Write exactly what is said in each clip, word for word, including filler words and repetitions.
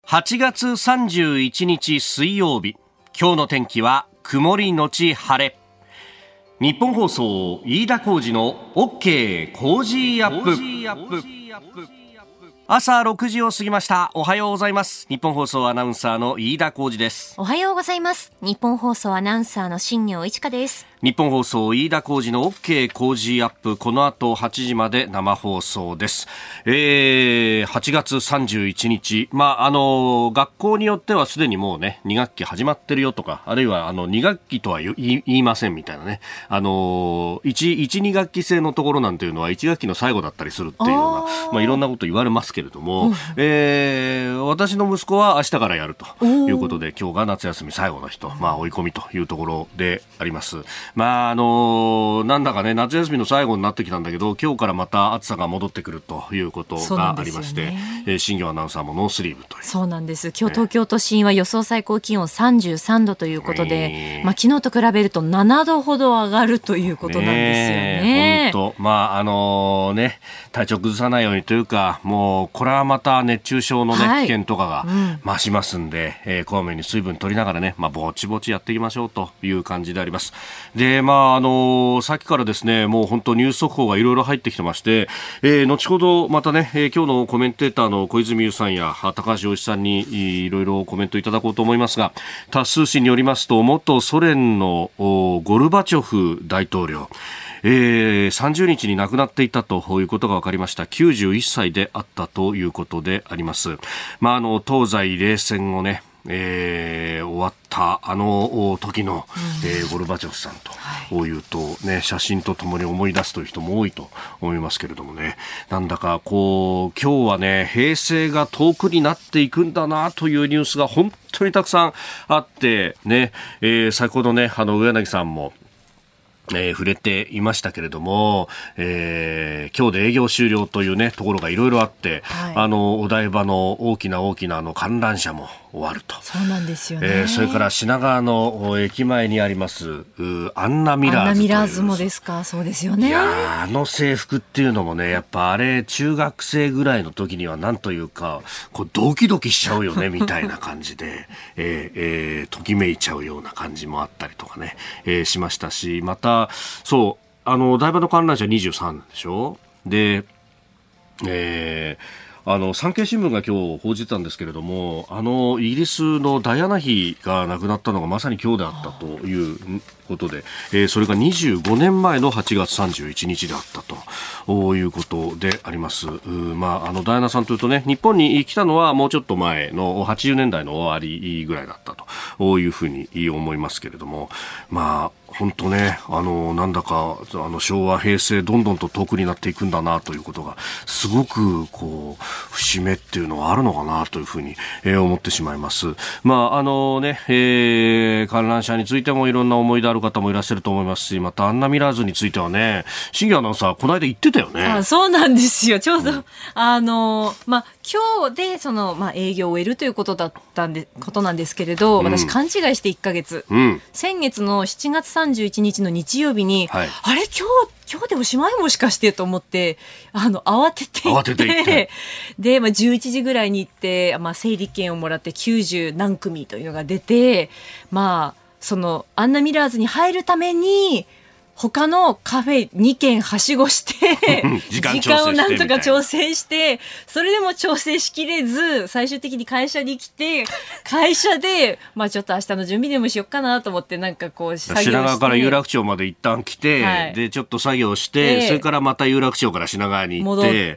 はちがつさんじゅういちにち水曜日、今日の天気は曇りのち晴れ。日本放送飯田浩司の OK 工事アップ。朝ろくじを過ぎました。おはようございます。日本放送アナウンサーの飯田浩司です。 おはようございます。日本放送アナウンサーの新業一華です。 日本放送飯田浩司の OK 工事アップ、この後はちじまで生放送です。えー、はちがつさんじゅういちにち、まああの学校によってはすでにもうねに学期始まってるよとか、あるいはあのに学期とは言い、言いませんみたいなね、あの いち、に学期制のところなんていうのはいち学期の最後だったりするっていうような、まあいろんなこと言われますけれども、うん、えー、私の息子は明日からやるということで、今日が夏休み最後の日と、まあ追い込みというところであります。まああのなんだかね、夏休みの最後になってきたんだけど、今日からまた暑さが戻ってくるということがありまして、ねえー、新業アナウンサーもノースリーブという。 そうなんです。今日東京都心は予想最高気温さんじゅうさんどということで、まあ、昨日と比べるとななどほど上がるということなんですよね。 本当、まああのね、体調崩さないようにというか、もうこれはまた熱中症の、ね、はい、危険とかが増しますんで、うん、えー、こまめに水分取りながらね、まあ、ぼちぼちやっていきましょうという感じであります。で、まああのー、さっきからですね、もう本当ニュース速報がいろいろ入ってきてまして、えー、後ほどまたね、えー、今日のコメンテーターの小泉優さんや高橋洋一さんにいろいろコメントいただこうと思いますが、タス通信によりますと、元ソ連のゴルバチョフ大統領、えー、さんじゅうにちに亡くなっていたということが分かりました。きゅうじゅういっさいであったということであります。まあ、あの東西冷戦をね、えー、終わったあの時の、うんえー、ゴルバチョフさんというと、ね、写真とともに思い出すという人も多いと思いますけれどもね、なんだかこう今日はね、平成が遠くになっていくんだなというニュースが本当にたくさんあってね、えー、先ほどね、あの上柳さんもえー、触れていましたけれども、えー、今日で営業終了というねところがいろいろあって、はい、あのお台場の大きな大きなあの観覧車も終わると。 そうなんですよね。 えー、それから品川の駅前にありますアンナミラーズという。アンナミラーズもですか。そうですよね。 いや、あの制服っていうのもね、やっぱあれ中学生ぐらいの時にはなんというかこうドキドキしちゃうよねみたいな感じで、えーえー、ときめいちゃうような感じもあったりとかね、えー、しましたし、またそうあの台場の観覧車にじゅうさんでしょ。で、えーあの産経新聞が今日報じてたんですけれども、あのイギリスのダイアナ妃が亡くなったのがまさに今日であったということで、えー、それがにじゅうごねんまえのはちがつさんじゅういちにちであったということであります。まあ、あのダイアナさんというとね、日本に来たのはもうちょっと前のはちじゅうねんだいの終わりぐらいだったというふうに思いますけれども、まあ本当ね、あのなんだかあの昭和平成どんどんと遠くになっていくんだなということがすごくこう節目っていうのはあるのかなというふうに、えー、思ってしまいます。まああのね、えー、観覧車についてもいろんな思い出ある方もいらっしゃると思いますし、またアンナミラーズについてはね、新業アナウンサーこの間言ってたよね。 あ、そうなんですよ。ちょうど、うん、あのまあ今日でその、まあ、営業を終えるということだったんでことなんですけれど、うん、私勘違いしていっかげつ、うん、先月のしちがつさんじゅういちにちの日曜日に、はい、あれ今日今日でおしまいもしかしてと思ってあの慌てて行って、慌てて行ってで、まあ、じゅういちじぐらいに行って、まあ、整理券をもらってきゅうじゅうなんくみというのが出て、まあそのアンナミラーズに入るために他のカフェにけんはしごして時間, 時間をなんとか調整して、それでも調整しきれず最終的に会社に来て、会社でまあちょっと明日の準備でもしよっかなと思って、なんかこう作業して、 品川から有楽町まで一旦来て、はい、でちょっと作業して、それからまた有楽町から品川に行って戻って、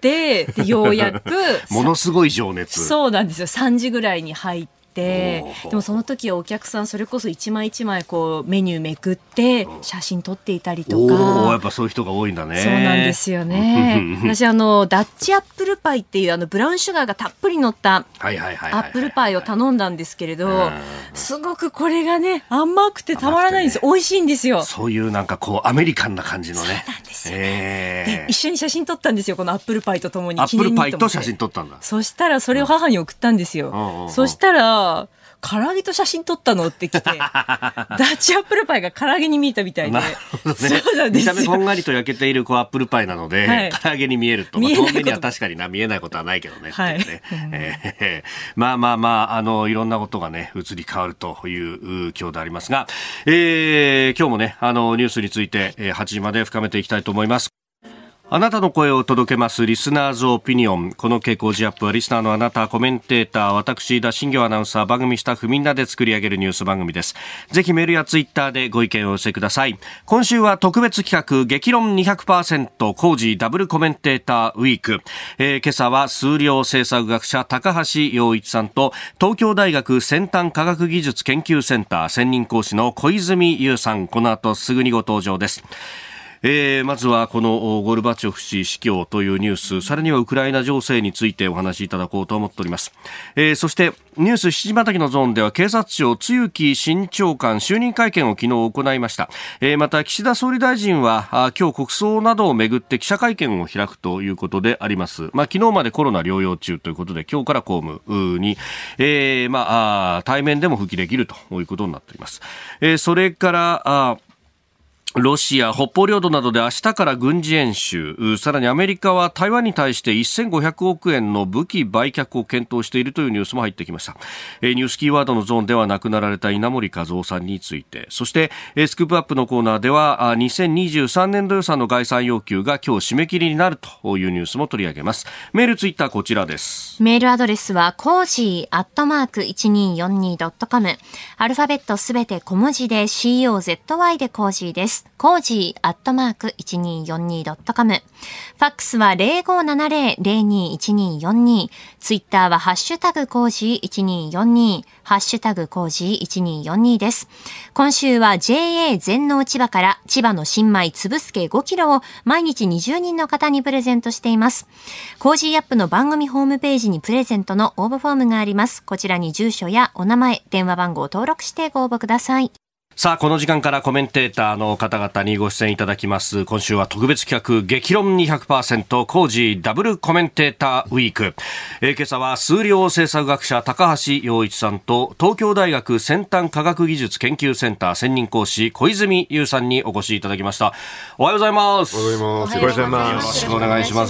でようやくものすごい情熱。 そうなんですよ。さんじぐらいに入って、でもその時はお客さんそれこそ一枚一枚こうメニューめくって写真撮っていたりとか。 お、やっぱそういう人が多いんだね。 そうなんですよね。私あのダッチアップルパイっていうあのブラウンシュガーがたっぷり乗ったアップルパイを頼んだんですけれど、すごくこれがね甘くてたまらないんですよ。美味しいんですよ。 そういうなんかこうアメリカンな感じのね。 そうなんですよ、えー、で一緒に写真撮ったんですよ、このアップルパイとともに。 アップルパイと写真撮ったんだ。 そしたらそれを母に送ったんですよ、うん、そしたら唐揚げと写真撮ったのって来てダッチアップルパイが唐揚げに見えたみたいで、ね、 そうなんですよ。見た目こんがりと焼けているこうアップルパイなので、はい、唐揚げに見えると、まあ、遠目には確かにな見えないことはないけどね、はいねえー、まあまあまあ、あのいろんなことがね移り変わるという今日でありますが、えー、今日もねあのニュースについて、えー、はちじまで深めていきたいと思います。あなたの声を届けますリスナーズオピニオン。この傾向ジアップはリスナーのあなた、コメンテーター、私田新行アナウンサー、番組スタッフみんなで作り上げるニュース番組です。ぜひメールやツイッターでご意見をお寄せください。今週は特別企画激論 にひゃくパーセント 工事ダブルコメンテーターウィーク、えー、今朝は数量政策学者高橋洋一さんと東京大学先端科学技術研究センター専任講師の小泉悠さん、この後すぐにご登場です。えー、まずはこのゴルバチョフ氏死去というニュース、さらにはウクライナ情勢についてお話しいただこうと思っております。えー、そしてニュースしちじまたぎのゾーンでは警察庁露木新長官就任会見を昨日行いました。えー、また岸田総理大臣はあ今日国葬などをめぐって記者会見を開くということであります。まあ、昨日までコロナ療養中ということで今日から公務に、えーまあ、あ対面でも復帰できるということになっております。えー、それからあロシア、北方領土などで明日から軍事演習、さらにアメリカは台湾に対してせんごひゃくおくえんの武器売却を検討しているというニュースも入ってきました。ニュースキーワードのゾーンでは亡くなられた稲盛和夫さんについて、そしてスクープアップのコーナーではにせんにじゅうさんねんど予算の概算要求が今日締め切りになるというニュースも取り上げます。メール、ツイッターこちらです。 メールアドレスはコージーアットマーク いちにーよんにードットコム、 アルファベットすべて小文字で シーオーゼットワイ でコージーです。コージーアットマーク いちにーよんにードットコム、 ファックスは ゼロごーななゼロ ゼロにーいちにーよんにー、ツイッターはハッシュタグコージーいちにーよんにー、ハッシュタグコージーいちにーよんにーです。今週は ジェーエー 全農千葉から千葉の新米つぶすけごキロを毎日にじゅうにんの方にプレゼントしています。コージーアップの番組ホームページにプレゼントの応募フォームがあります。こちらに住所やお名前、電話番号を登録してご応募ください。 さあ、この時間からコメンテーターの方々にご出演いただきます。今週は特別企画激論 にひゃくパーセント 工事ダブルコメンテーターウィーク、えー、今朝は数量政策学者高橋洋一さんと東京大学先端科学技術研究センター専任講師小泉悠さんにお越しいただきました。おはようございます。 おはようございます。おはようございます。 よろしくお願いします。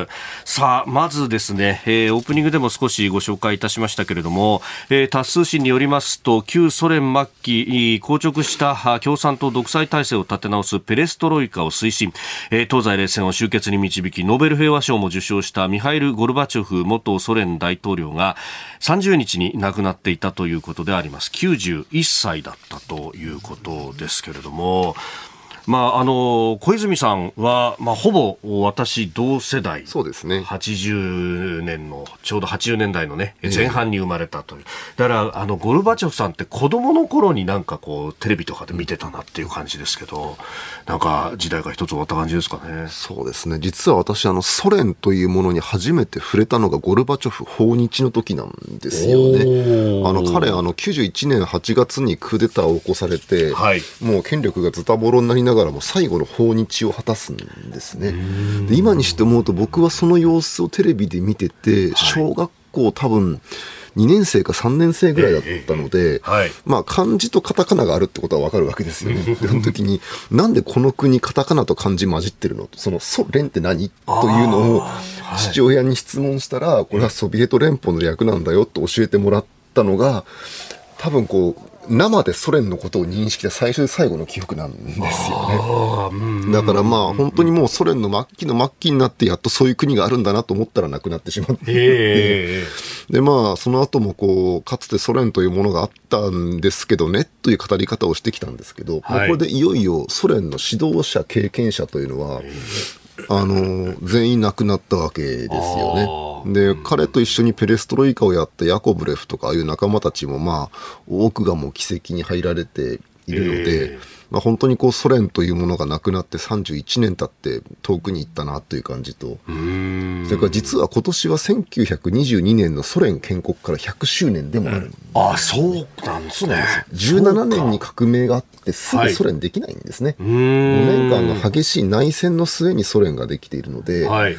さあ、まずですね、えー、オープニングでも少しご紹介いたしましたけれども、えー、タス通信によりますと旧ソ連末期硬直した共産党独裁体制を立て直すペレストロイカを推進、えー、東西冷戦を終結に導きノーベル平和賞も受賞したミハイル・ゴルバチョフ元ソ連大統領がさんじゅうにちに亡くなっていたということであります。きゅうじゅういっさいだったということですけれども、まあ、あの小泉さんは、まあ、ほぼ私同世代、 そうですね、 はちじゅうねんのちょうどはちじゅうねんだいの、ね、前半に生まれたという、だからあのゴルバチョフさんって子供の頃になんかこうテレビとかで見てたなっていう感じですけど、なんか時代が一つ終わった感じですかね。 そうですね、実は私あのソ連というものに初めて触れたのがゴルバチョフ訪日の時なんですよね。あの彼あのきゅうじゅういちねんはちがつにクーデターを起こされて、はい、もう権力がズタボロになりながらも最後の訪日を果たすんですね。で今にして思うと僕はその様子をテレビで見てて、小学校多分にねんせいかさんねんせいぐらいだったので、えーはい、まあ漢字とカタカナがあるってことは分かるわけですよね。でその時になんでこの国カタカナと漢字混じってるの、そのソ連って何というのを父親に質問したら、これはソビエト連邦の略なんだよと教えてもらったのが、多分こう生でソ連のことを認識した最初で最後の記憶なんですよね。だからまあ本当にもうソ連の末期の末期になってやっとそういう国があるんだなと思ったらなくなってしまって、えー、でまあその後もこうかつてソ連というものがあったんですけどねという語り方をしてきたんですけど、はい、これでいよいよソ連の指導者経験者というのは、えーあの全員亡くなったわけですよね。で彼と一緒にペレストロイカをやったヤコブレフとかああいう仲間たちもまあ多くがもう奇跡に入られているので、えーまあ、本当にこうソ連というものがなくなってさんじゅういちねん経って遠くに行ったなという感じと、うーんそれから実は今年はせんきゅうひゃくにじゅうにねんのソ連建国からひゃくしゅうねんでもあるんです、 うん、あそうなんですね。 じゅうななねんに革命があってすぐソ連できないんですね、はい、ごねんかんの激しい内戦の末にソ連ができているので、はい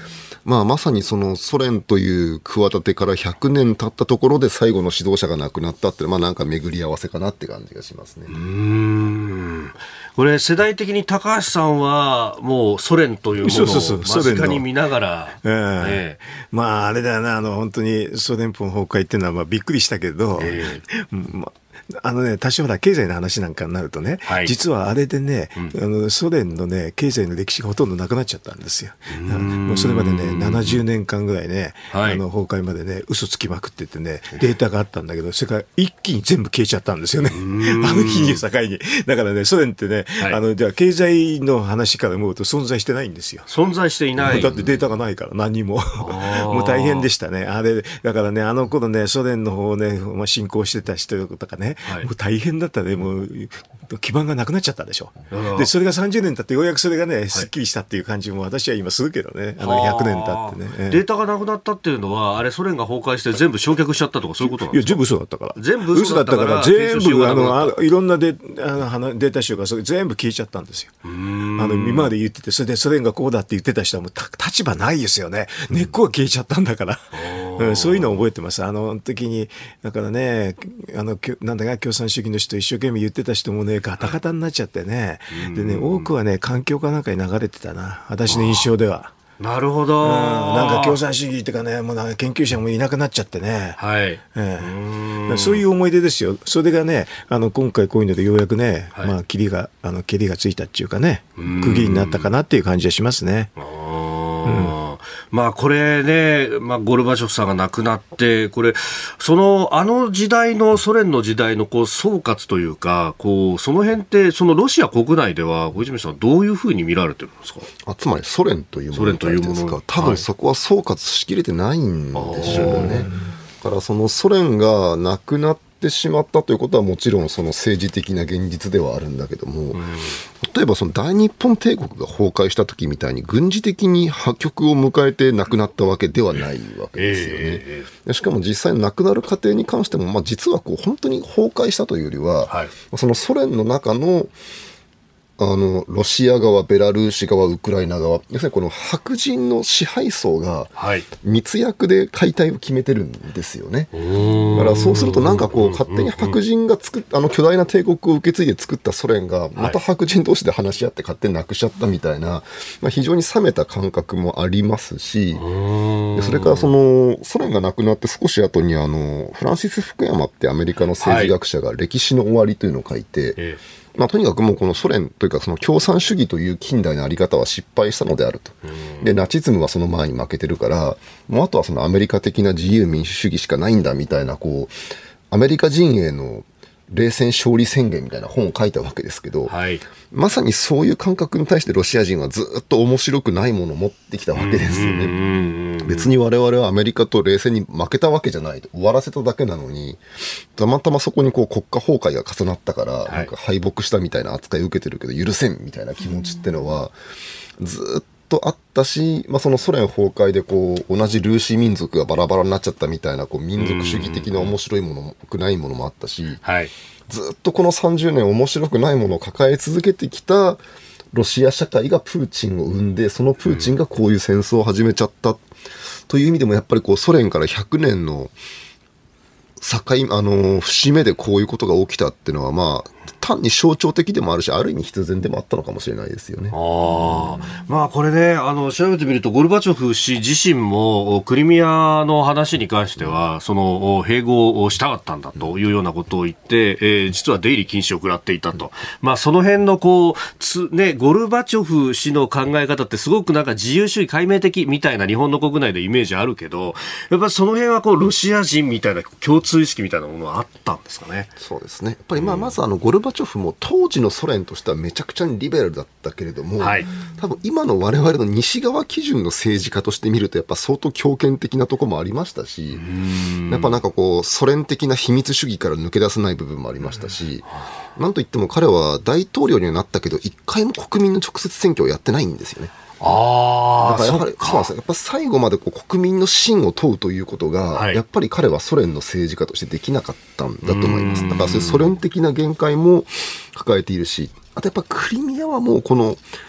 まあ、まさにそのソ連という企てからひゃくねん経ったところで最後の指導者が亡くなったって、まあ、なんか巡り合わせかなって感じがしますね。 うーん、これ世代的に高橋さんはもうソ連というものを間近に見ながら、 えーえー、まああれだよな、あの本当にソ連邦崩壊っていうのはまあびっくりしたけど、えーまああのね、多少ほら経済の話なんかになるとね、はい、実はあれでね、うん、あのソ連のね経済の歴史がほとんどなくなっちゃったんですよ。もうそれまでねななじゅうねんかんぐらいね、はい、あの崩壊までね嘘つきまくっててねデータがあったんだけど、それから一気に全部消えちゃったんですよね。あの日に境に。だからねソ連ってね、はい、あのじゃあ経済の話から思うと存在してないんですよ。 存在していない。 だってデータがないから何ももう大変でしたね。あれだからね、あの頃ねソ連の方をね、まあ、侵攻してた人とかね、はい、もう大変だったね。もう基盤がなくなっちゃったでしょ。でそれがさんじゅうねん経ってようやくそれがねすっきりしたっていう感じも私は今するけどね、あのひゃくねん経ってね。 データがなくなったっていうのはあれソ連が崩壊して全部焼却しちゃったとかそういうことなんですか。 いや全部嘘だったから。 全部嘘だったから全部あのいろんなデータ集がそれ全部消えちゃったんですよ。あの今まで言ってて、それでソ連がこうだって言ってた人はもう立場ないですよね。根っこが消えちゃったんだから。うん、そういうのを覚えてます。あの時にだからね、あのなんだか共産主義の人一生懸命言ってた人もねガタガタになっちゃってね。でね多くはね環境かなんかに流れてたな、私の印象では。 なるほど、うん、 なんか共産主義っていうかね、もうなんか研究者もいなくなっちゃってね、 はい、 ええ、そういう思い出ですよ。それがねあの今回こういうのでようやくね、はい、まあ切りがあの蹴りがついたっていうかね、区切りになったかなっていう感じがしますね。 うんまあこれね、まあ、ゴルバチョフさんが亡くなってこれそのあの時代のソ連の時代のこう総括というかこうその辺ってそのロシア国内では小泉さんどういうふうに見られてるんですか。 あつまりソ連というものに対してですか。多分そこは総括しきれてないんでしょうね、はい、だからそのソ連がなくなってしまったということはもちろんその政治的な現実ではあるんだけども、うん、例えばその大日本帝国が崩壊した時みたいに軍事的に破局を迎えて亡くなったわけではないわけですよね、えー、しかも実際亡くなる過程に関しても、まあ、実はこう本当に崩壊したというよりは、はい、そのソ連の中のあのロシア側、ベラルーシ側、ウクライナ側、要するにこの白人の支配層が密約で解体を決めてるんですよね。だからそうするとなんかこう勝手に白人が作っあの巨大な帝国を受け継いで作ったソ連がまた白人同士で話し合って勝手になくしちゃったみたいな、まあ、非常に冷めた感覚もありますし、でそれからそのソ連がなくなって少し後にあのフランシス・フクヤマってアメリカの政治学者が歴史の終わりというのを書いて、はいまあ、とにかくもうこのソ連というかその共産主義という近代のあり方は失敗したのであると。でナチズムはその前に負けてるからもうあとはそのアメリカ的な自由民主主義しかないんだみたいなこうアメリカ陣営の冷戦勝利宣言みたいな本を書いたわけですけど、はい、まさにそういう感覚に対してロシア人はずっと面白くないものを持ってきたわけですよね。別に我々はアメリカと冷戦に負けたわけじゃないと、終わらせただけなのにたまたまそこにこう国家崩壊が重なったから、はい、なんか敗北したみたいな扱いを受けてるけど許せんみたいな気持ちってのはずっとあったし、まあ、そのソ連崩壊でこう同じルーシー民族がバラバラになっちゃったみたいなこう民族主義的な面白いものもないものもあったし、はい、ずっとこのさんじゅうねん面白くないものを抱え続けてきたロシア社会がプーチンを生んで、そのプーチンがこういう戦争を始めちゃったという意味でもやっぱりこうソ連からひゃくねんの境あの節目でこういうことが起きたっていうのはまあ単に象徴的でもあるし、ある意味必然でもあったのかもしれないですよね。 あ、まあこれね、あの調べてみるとゴルバチョフ氏自身もクリミアの話に関してはその併合をしたかったんだというようなことを言って、えー、実は出入り禁止を食らっていたと、まあその辺のこうつ、ね、ゴルバチョフ氏の考え方ってすごくなんか自由主義解明的みたいな日本の国内でイメージあるけど、やっぱりその辺はこうロシア人みたいな共通意識みたいなものはあったんですかね。 そうですね。やっぱりまあまずあのゴルバチョフも当時のソ連としてはめちゃくちゃにリベラルだったけれども、はい、多分今の我々の西側基準の政治家として見るとやっぱ相当強権的なところもありましたし、やっぱなんかこうソ連的な秘密主義から抜け出せない部分もありましたし、なんといっても彼は大統領にはなったけど一回も国民の直接選挙をやってないんですよね。 ああ、やっぱりそうなんですよ。やっぱ最後までこう国民の信を問うということが、はい、やっぱり彼はソ連の政治家としてできなかったんだと思います。だからそういうソ連的な限界も抱えているし、あとやっぱクリミアはもうこの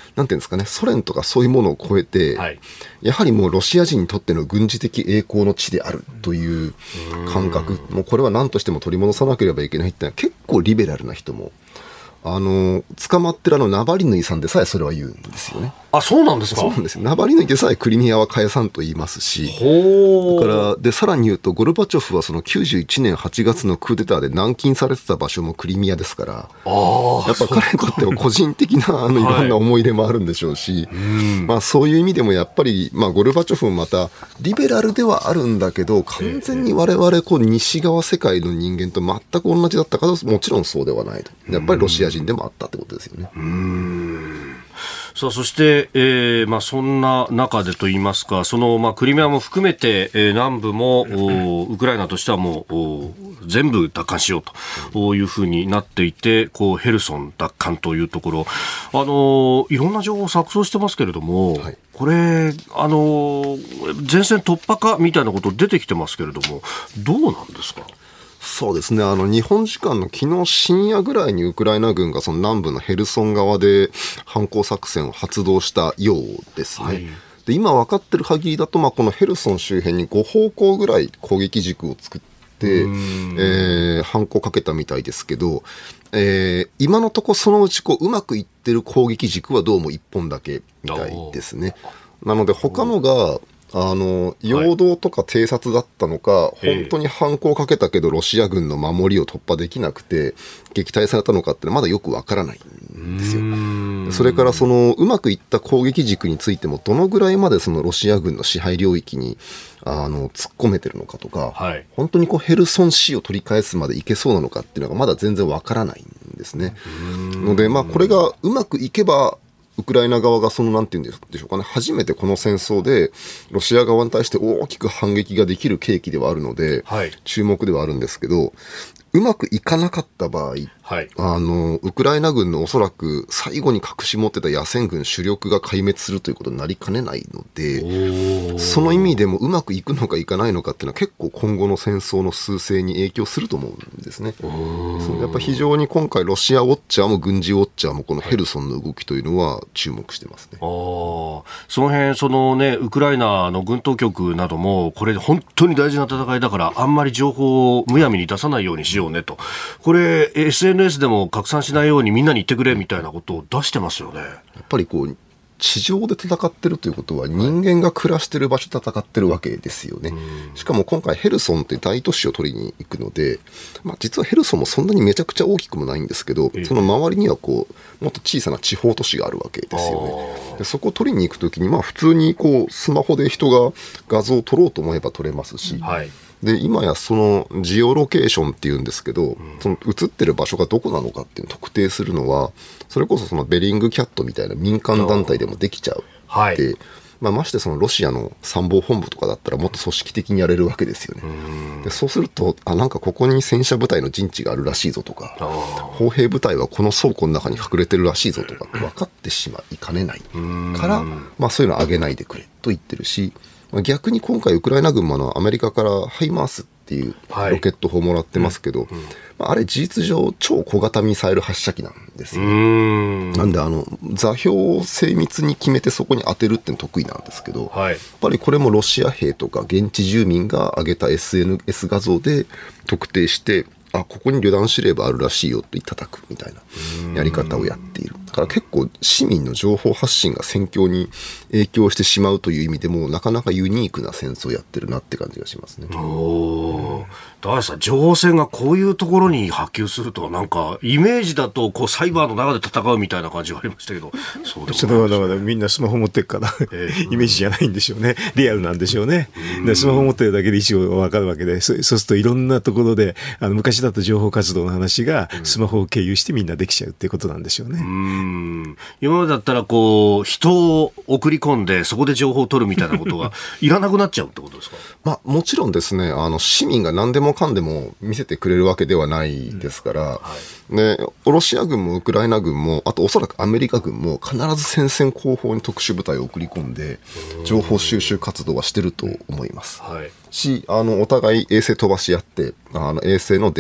なんていうんですかね、ソ連とかそういうものを超えて、はい、やはりもうロシア人にとっての軍事的栄光の地であるという感覚、もうこれは何としても取り戻さなければいけないってのは結構リベラルな人も、あの捕まってるあのナバリヌイさんでさえそれは言うんですよね。 あ、そうなんですか。 そうなんですよ。ナバリヌイでさえクリミアは返さんと言いますし、だからでさらに言うとゴルバチョフはそのきゅうじゅういちねんはちがつのクーデターで軟禁されてた場所もクリミアですから、あやっぱ彼にとっては個人的なあのいろんな思い出もあるんでしょうし、はい、まあ、そういう意味でもやっぱり、まあ、ゴルバチョフもまたリベラルではあるんだけど、完全に我々こう西側世界の人間と全く同じだったかともちろんそうではないと。やっぱりロシア人でもあったってことですよね。 うーん、さあそして、えーまあ、そんな中でといいますか、その、まあ、クリミアも含めて、えー、南部もウクライナとしてはもう全部奪還しようというふうになっていて、こうヘルソン奪還というところ、あのいろんな情報を錯綜してますけれども、はい、これあの前線突破かみたいなこと出てきてますけれども、どうなんですか。 そうですね、あの日本時間の昨日深夜ぐらいにウクライナ軍がその南部のヘルソン側で反攻作戦を発動したようですね。はい、で今分かってる限りだと、まあ、このヘルソン周辺にご方向ぐらい攻撃軸を作って、えー、反攻かけたみたいですけど、えー、今のところそのうちこううまくいってる攻撃軸はどうもいっぽんだけみたいですね。なので他のがあの陽動とか偵察だったのか、はい、本当に反攻をかけたけどロシア軍の守りを突破できなくて撃退されたのかってまだよくわからないんですよ。それからそのうまくいった攻撃軸についてもどのぐらいまでそのロシア軍の支配領域にあの突っ込めてるのかとか、はい、本当にこうヘルソン市を取り返すまでいけそうなのかっていうのがまだ全然わからないんですね。ので、まあ、これがうまくいけばウクライナ側がそのなんていうんでしょうかね、初めてこの戦争でロシア側に対して大きく反撃ができる契機ではあるので、はい、注目ではあるんですけど、うまくいかなかった場合、はい、あのウクライナ軍のおそらく最後に隠し持ってた野戦軍主力が壊滅するということになりかねないので、その意味でもうまくいくのかいかないのかっていうのは結構今後の戦争の趨勢に影響すると思うんですね。そのやっぱ非常に今回ロシアウォッチャーも軍事ウォッチャーもこのヘルソンの動きというのは注目してますね。 あその辺その、ね、ウクライナの軍当局などもこれ本当に大事な戦いだからあんまり情報をむやみに出さないようにしようねと、これ エスエヌエス でも拡散しないようにみんなに言ってくれみたいなことを出してますよね。 やっぱりこう地上で戦ってるということは人間が暮らしてる場所で戦ってるわけですよね。しかも今回ヘルソンという大都市を取りに行くので、まあ、実はヘルソンもそんなにめちゃくちゃ大きくもないんですけど、その周りにはこうもっと小さな地方都市があるわけですよね。でそこを取りに行くときに、まあ、普通にこうスマホで人が画像を撮ろうと思えば撮れますし、はい、で今やそのジオロケーションっていうんですけど、その映ってる場所がどこなのかっていうのを特定するのはそれこそそのベリングキャットみたいな民間団体でもできちゃう、はい、で、まあ、ましてそのロシアの参謀本部とかだったらもっと組織的にやれるわけですよね。でそうするとあなんかここに戦車部隊の陣地があるらしいぞとか砲兵部隊はこの倉庫の中に隠れてるらしいぞとかって分かってしまいかねないから、まあ、そういうのを上げないでくれと言ってるし、逆に今回ウクライナ軍もあのアメリカからハイマースっていうロケット砲をもらってますけど、はいうんうんまあ、あれ事実上超小型ミサイル発射機なんですよ、ね、うんなんであの座標を精密に決めてそこに当てるっての得意なんですけど、はい、やっぱりこれもロシア兵とか現地住民が上げた エスエヌエス 画像で特定してあここに旅団司令部あるらしいよと叩くみたいなやり方をやっている。だから結構市民の情報発信が戦況に影響してしまうという意味でもなかなかユニークな戦争をやってるなって感じがしますね。おだからさ情報戦がこういうところに波及するとなんかイメージだとこうサイバーの中で戦うみたいな感じがありましたけど、 そうでもそれはだからみんなスマホ持ってるから、えー、イメージじゃないんでしょうね。リアルなんでしょうね。でスマホ持ってるだけで一応分かるわけで、そそうするといろんなところであの昔だと情報活動の話がスマホを経由してみんなできちゃうっていうことなんでしょうね。 うん今までだったらこう人を送り込んでそこで情報を取るみたいなことがいらなくなっちゃうってことですか。 まあ、もちろんですねあの市民が何でもかんでも見せてくれるわけではないですから、うんはいでロシア軍もウクライナ軍もあとおそらくアメリカ軍も必ず戦線後方に特殊部隊を送り込んで情報収集活動はしてると思います、はい、しあのお互い衛星飛ばし合ってあの衛星のデータ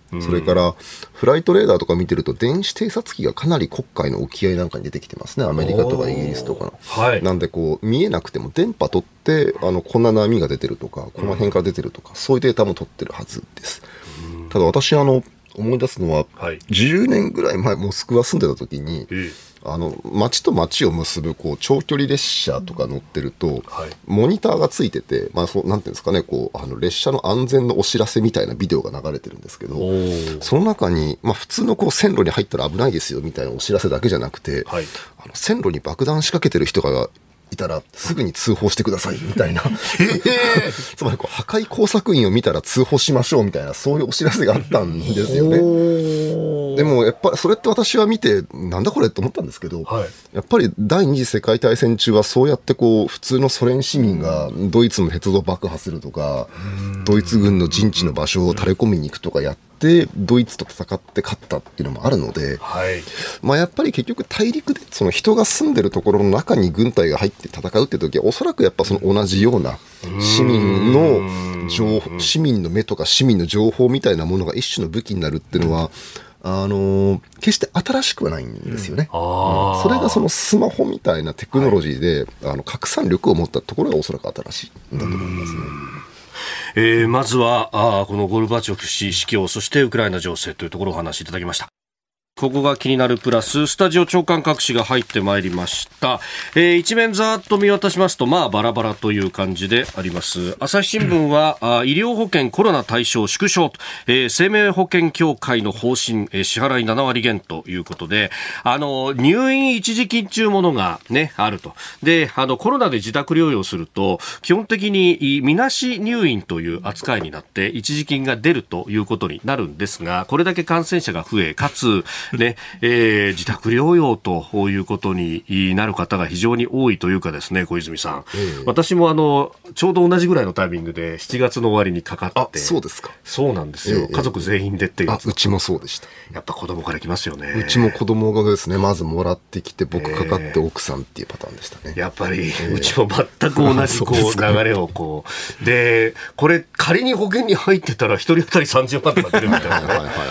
それからフライトレーダーとか見てると電子偵察機がかなり黒海の沖合なんかに出てきてますね。アメリカとかイギリスとかの、はい、なんでこう見えなくても電波取ってあのこんな波が出てるとかこの辺から出てるとか、うん、そういうデータも取ってるはずです。うん、ただ私あの思い出すのは、はい、じゅうねんぐらい前モスクワ住んでた時に、えーあの町と町を結ぶこう長距離列車とか乗ってると、はい、モニターがついてて、まあ、そうなんていうんですかね、こうあの列車の安全のお知らせみたいなビデオが流れてるんですけど、その中に、まあ、普通のこう線路に入ったら危ないですよみたいなお知らせだけじゃなくて、はい、あの線路に爆弾仕掛けてる人がいたらすぐに通報してくださいみたいなつまりこう破壊工作員を見たら通報しましょうみたいな、そういうお知らせがあったんですよね。でもやっぱりそれって私は見てなんだこれって思ったんですけど、はい、やっぱり第二次世界大戦中はそうやってこう普通のソ連市民がドイツの鉄道爆破するとか、ドイツ軍の陣地の場所を垂れ込みに行くとかやってでドイツと戦って勝ったっていうのもあるので、はい、まあ、やっぱり結局大陸でその人が住んでるところの中に軍隊が入って戦うって時はおそらくやっぱその同じような市民の情報、市民の目とか市民の情報みたいなものが一種の武器になるっていうのは、あの決して新しくはないんですよね。うん、それがそのスマホみたいなテクノロジーで、はい、あの拡散力を持ったところがおそらく新しいんだと思いますね。 えー、まずはあこのゴルバチョフ氏死去、そしてウクライナ情勢というところをお話しいただきました。ここが気になるプラススタジオ長官各紙が入ってまいりました。えー、一面ざーっと見渡しますとまあバラバラという感じであります。朝日新聞は、うん、あ医療保険コロナ対象縮小、えー、生命保険協会の方針、えー、支払いななわり減ということで、あの入院一時金中ものがねあると。であのコロナで自宅療養すると基本的にみなし入院という扱いになって一時金が出るということになるんですが、これだけ感染者が増えかつねえー、自宅療養ということになる方が非常に多いというかですね、小泉さん、えー、私もあのちょうど同じぐらいのタイミングでしちがつの終わりにかかって。あ、 そうですか。 そうなんですよ、えー、家族全員でっていうやつ。 あ、うちもそうでした。 やっぱ子供から来ますよね。 うちも子供がですね、まずもらってきて僕かかって奥さんっていうパターンでしたね。 やっぱり、えー、うちも全く同じこう流れをこうで、これ仮に保険に入ってたら一人当たりさんじゅうまんとか出るみたいなね。はいはいはいはい、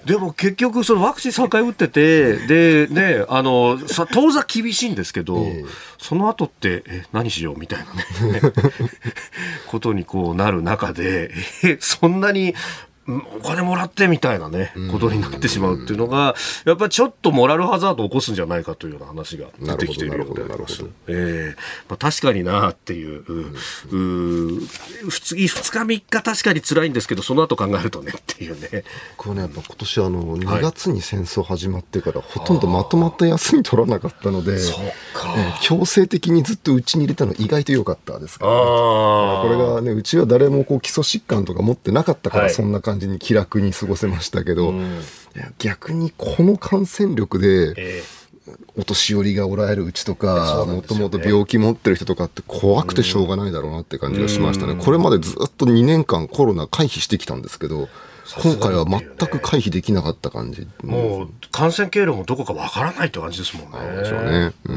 でも結局そのワクチンさんかい打っててでね、あのさ当座厳しいんですけど、えー、その後ってえ何しようみたいなねことにこうなる中で、えそんなにお金もらってみたいなねことになってしまうっていうのがやっぱりちょっとモラルハザードを起こすんじゃないかというような話が出てきているようであります。えーまあ、確かになっていう、ううふつかみっか確かに辛いんですけどその後考えるとねっていうね。 僕はねやっぱ今年あのにがつに戦争始まってからほとんどまとまった休み取らなかったので、そうか、ね、強制的にずっとうちに入れたの意外と良かったですからね。あこれがねうちは誰もこう基礎疾患とか持ってなかったからそんな感じに気楽に過ごせましたけど、うん、いや逆にこの感染力で、えー、お年寄りがおられるうちとかもともと病気持ってる人とかって怖くてしょうがないだろうなって感じがしましたね。これまでずっとにねんかんコロナ回避してきたんですけど今回は全く回避できなかった感じ。 もう感染経路もどこかわからないって感じですもんね。 でしょうね。うん。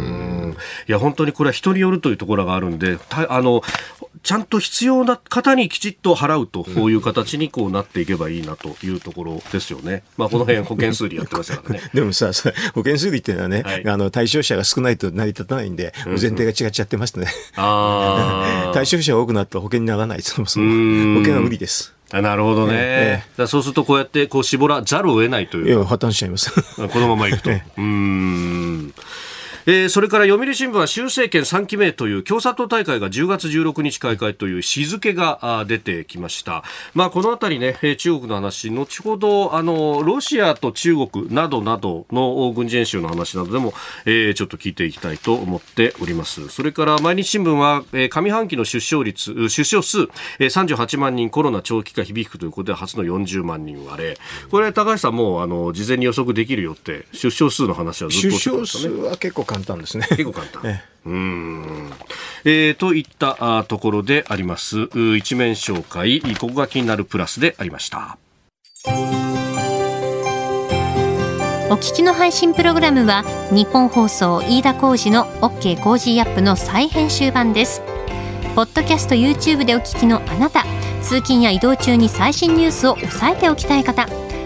いや本当にこれは人によるというところがあるんで、あのちゃんと必要な方にきちっと払うとこういう形にこうなっていけばいいなというところですよね。まあこの辺保険数理やってましたからね。 でもさ、保険数理っていうのはね、はい、あの対象者が少ないと成り立たないんで、うん、前提が違っちゃってましたね。あ対象者が多くなったら保険にならない。そもそも保険は無理です。 あなるほどね、ええ、だそうするとこうやってこう絞らざるを得ないという。 いや破綻しちゃいますこのままいくと、ええ、うーんえー、それから読売新聞は習政権さんきめという共産党大会がじゅうがつじゅうろくにち開会という日付が出てきました。まあ、このあたりね中国の話後ほどあのロシアと中国などなどの軍事演習の話などでも、えー、ちょっと聞いていきたいと思っております。それから毎日新聞は、えー、上半期の出生率出生数、えー、さんじゅうはちまんにんコロナ長期化響くということで初のよんじゅうまんにん割れ。これ高橋さんもあの事前に予測できるよって出生数の話はずっとしてましたね。出生数は結構簡単ですね。 結構簡単。ええ、うーん、えー、といったあところであります一面紹介、ここが気になるプラスでありました。 お聞きの配信プログラムは日本放送飯田浩司の OK コージーアップの再編集版です。ポッドキャスト YouTube でお聞きのあなた、通勤や移動中に最新ニュースを押さえておきたい方、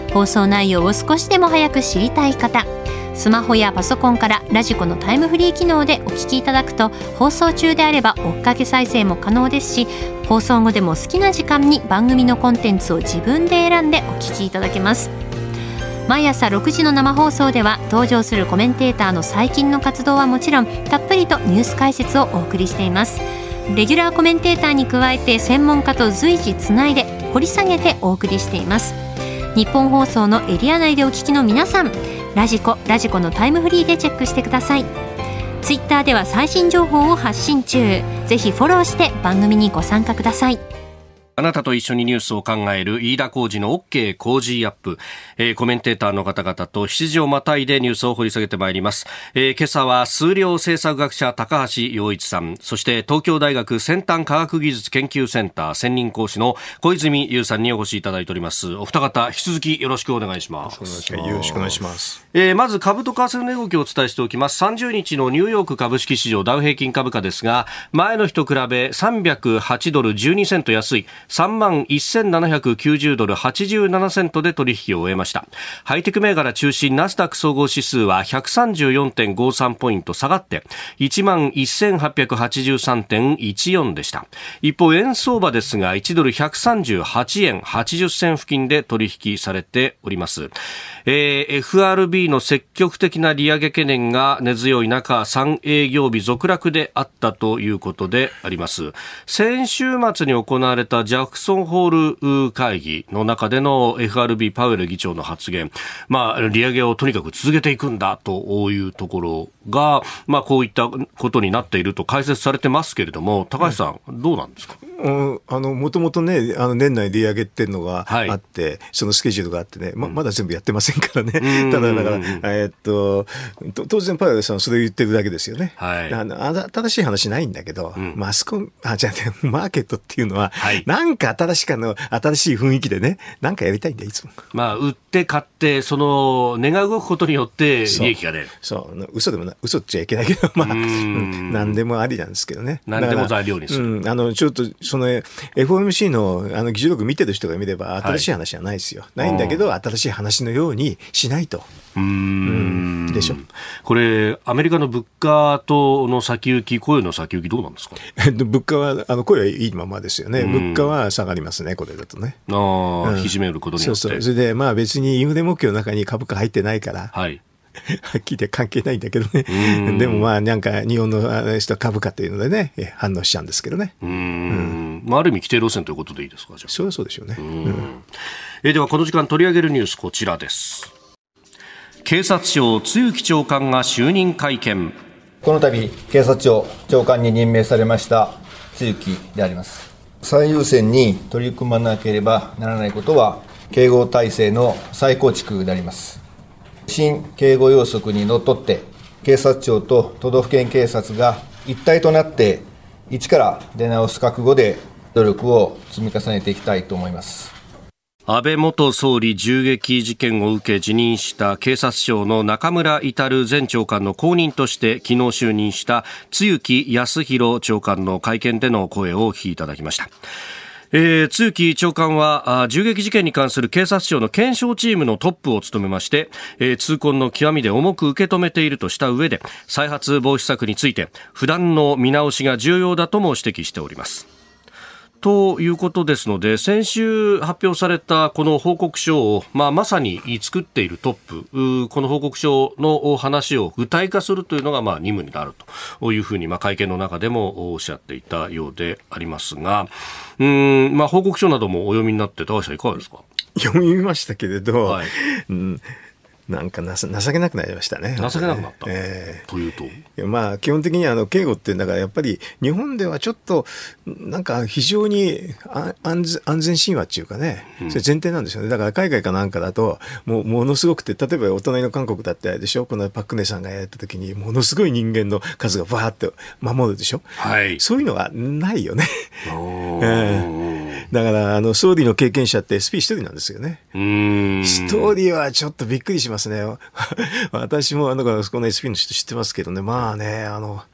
放送内容を少しでも早く知りたい方、スマホやパソコンからラジコのタイムフリー機能でお聞きいただくと、放送中であれば追っかけ再生も可能ですし、放送後でも好きな時間に番組のコンテンツを自分で選んでお聞きいただけます。毎朝ろくじの生放送では登場するコメンテーターの最近の活動はもちろん、たっぷりとニュース解説をお送りしています。レギュラーコメンテーターに加えて専門家と随時つないで掘り下げてお送りしています。日本放送のエリア内でお聞きの皆さん、ラジコ、ラジコのタイムフリーでチェックしてください。ツイッターでは最新情報を発信中。ぜひフォローして番組にご参加ください。 あなたと一緒にニュースを考える飯田浩司の OK 工事アップ、えー、コメンテーターの方々としちじをまたいでニュースを掘り下げてまいります。えー、今朝は数量政策学者高橋洋一さん、そして東京大学先端科学技術研究センター専任講師の小泉悠さんにお越しいただいております。お二方引き続きよろしくお願いします。 よろしくお願いします。 えー、まず株と為替の値動きをお伝えしておきます。さんじゅうにちのニューヨーク株式市場ダウ平均株価ですが、前の日と比べさんびゃくはちドルじゅうにセント安いさんまんせんななひゃくきゅうじゅうドルはちじゅうななセントで取引を終えました。ハイテク銘柄中心ナスダック総合指数は ひゃくさんじゅうよんてんごさん ポイント下がって いちまんせんはっぴゃくはちじゅうさんてんいちよん でした。一方円相場ですがいちドルひゃくさんじゅうはちえんはちじゅっせん付近で取引されております。えー、エフアールビー の積極的な利上げ懸念が根強い中、さん営業日続落であったということであります。先週末に行われたジャクソンホール会議の中での エフアールビー パウエル議長の発言、まあ、利上げをとにかく続けていくんだというところが、まあ、こういったことになっていると解説されてますけれども、高橋さん、うん、どうなんですか？ うん、あのもともとね、あの年内利上げっていうのがあって、はい、そのスケジュールがあってね、ま, まだ全部やってませんからね。ただだから、えー、っと当然パウエルさんはそれを言ってるだけですよね。はい、あの新しい話ないんだけど、うん、マスコミあじゃあ、ね、マーケットっていうのは、はい、なんか新しかの新しい雰囲気でね、なんかやりたいんだいつも。 まあ売って買ってその値が動くことによって利益が出る。 そう、そう嘘でもな嘘っちゃいけないけど、まあ何でもありなんですけどね。 何でも材料にする。 うん、あのちょっとその エフオーエムシー の, あの議事録見てる人が見れば新しい話はないですよ、はい、ないんだけど新しい話のようにしないと。うーん、うんでしょ。 これアメリカの物価との先行き、雇用の先行きどうなんですか？ 物価はあの雇用はいいままですよね。物価は下がりますね、これだとね。 あ、うん、引き締めることによって。 そうそう。それでまあ別にインフレ目標の中に株価入ってないから、はい、はっきり言って関係ないんだけどね。でもまあなんか日本の人は株価というのでね反応しちゃうんですけどね。うーん、 うんまあ、ある意味規定路線ということでいいですか？じゃあそうはそうでしょうね。うん、 えではこの時間取り上げるニュースこちらです。警察庁露木長官が就任会見。 この度警察庁長官に任命されました露木であります。最優先に取り組まなければならないことは警護体制の再構築であります。新警護要則にのっとって警察庁と都道府県警察が一体となって一から出直す覚悟で努力を積み重ねていきたいと思います。 安倍元総理銃撃事件を受け辞任した警察庁の中村格前長官の後任として昨日就任した露木康浩長官の会見での声をお聞きいただきました。えー、露木長官は銃撃事件に関する警察庁の検証チームのトップを務めまして、えー、痛恨の極みで重く受け止めているとした上で再発防止策について不断の見直しが重要だとも指摘しております。ということですので、先週発表されたこの報告書を、まあ、まさに作っているトップ、この報告書の話を具体化するというのがまあ任務になるというふうにまあ会見の中でもおっしゃっていたようでありますが、うーん、まあ、報告書などもお読みになって高橋さんいかがですか？ 読みましたけれど、はい、うんなんかな情けなくなりましたね。 情けなくなった、えー、というと、 まあ、基本的にあの警護ってだからやっぱり日本ではちょっとなんか非常に安全、安全神話っていうかね、それ前提なんですよね。だから海外かなんかだともうものすごくて、例えばお隣の韓国だってあれでしょ、このパクネさんがやった時にものすごい人間の数がバーって守るでしょ、はい、そういうのがないよね。おーだからあの総理の経験者って エスピーひとりなんですよね。うーんひとりはちょっとびっくりしますね。私もあのこの エスピー の人知ってますけどね、まあね、あの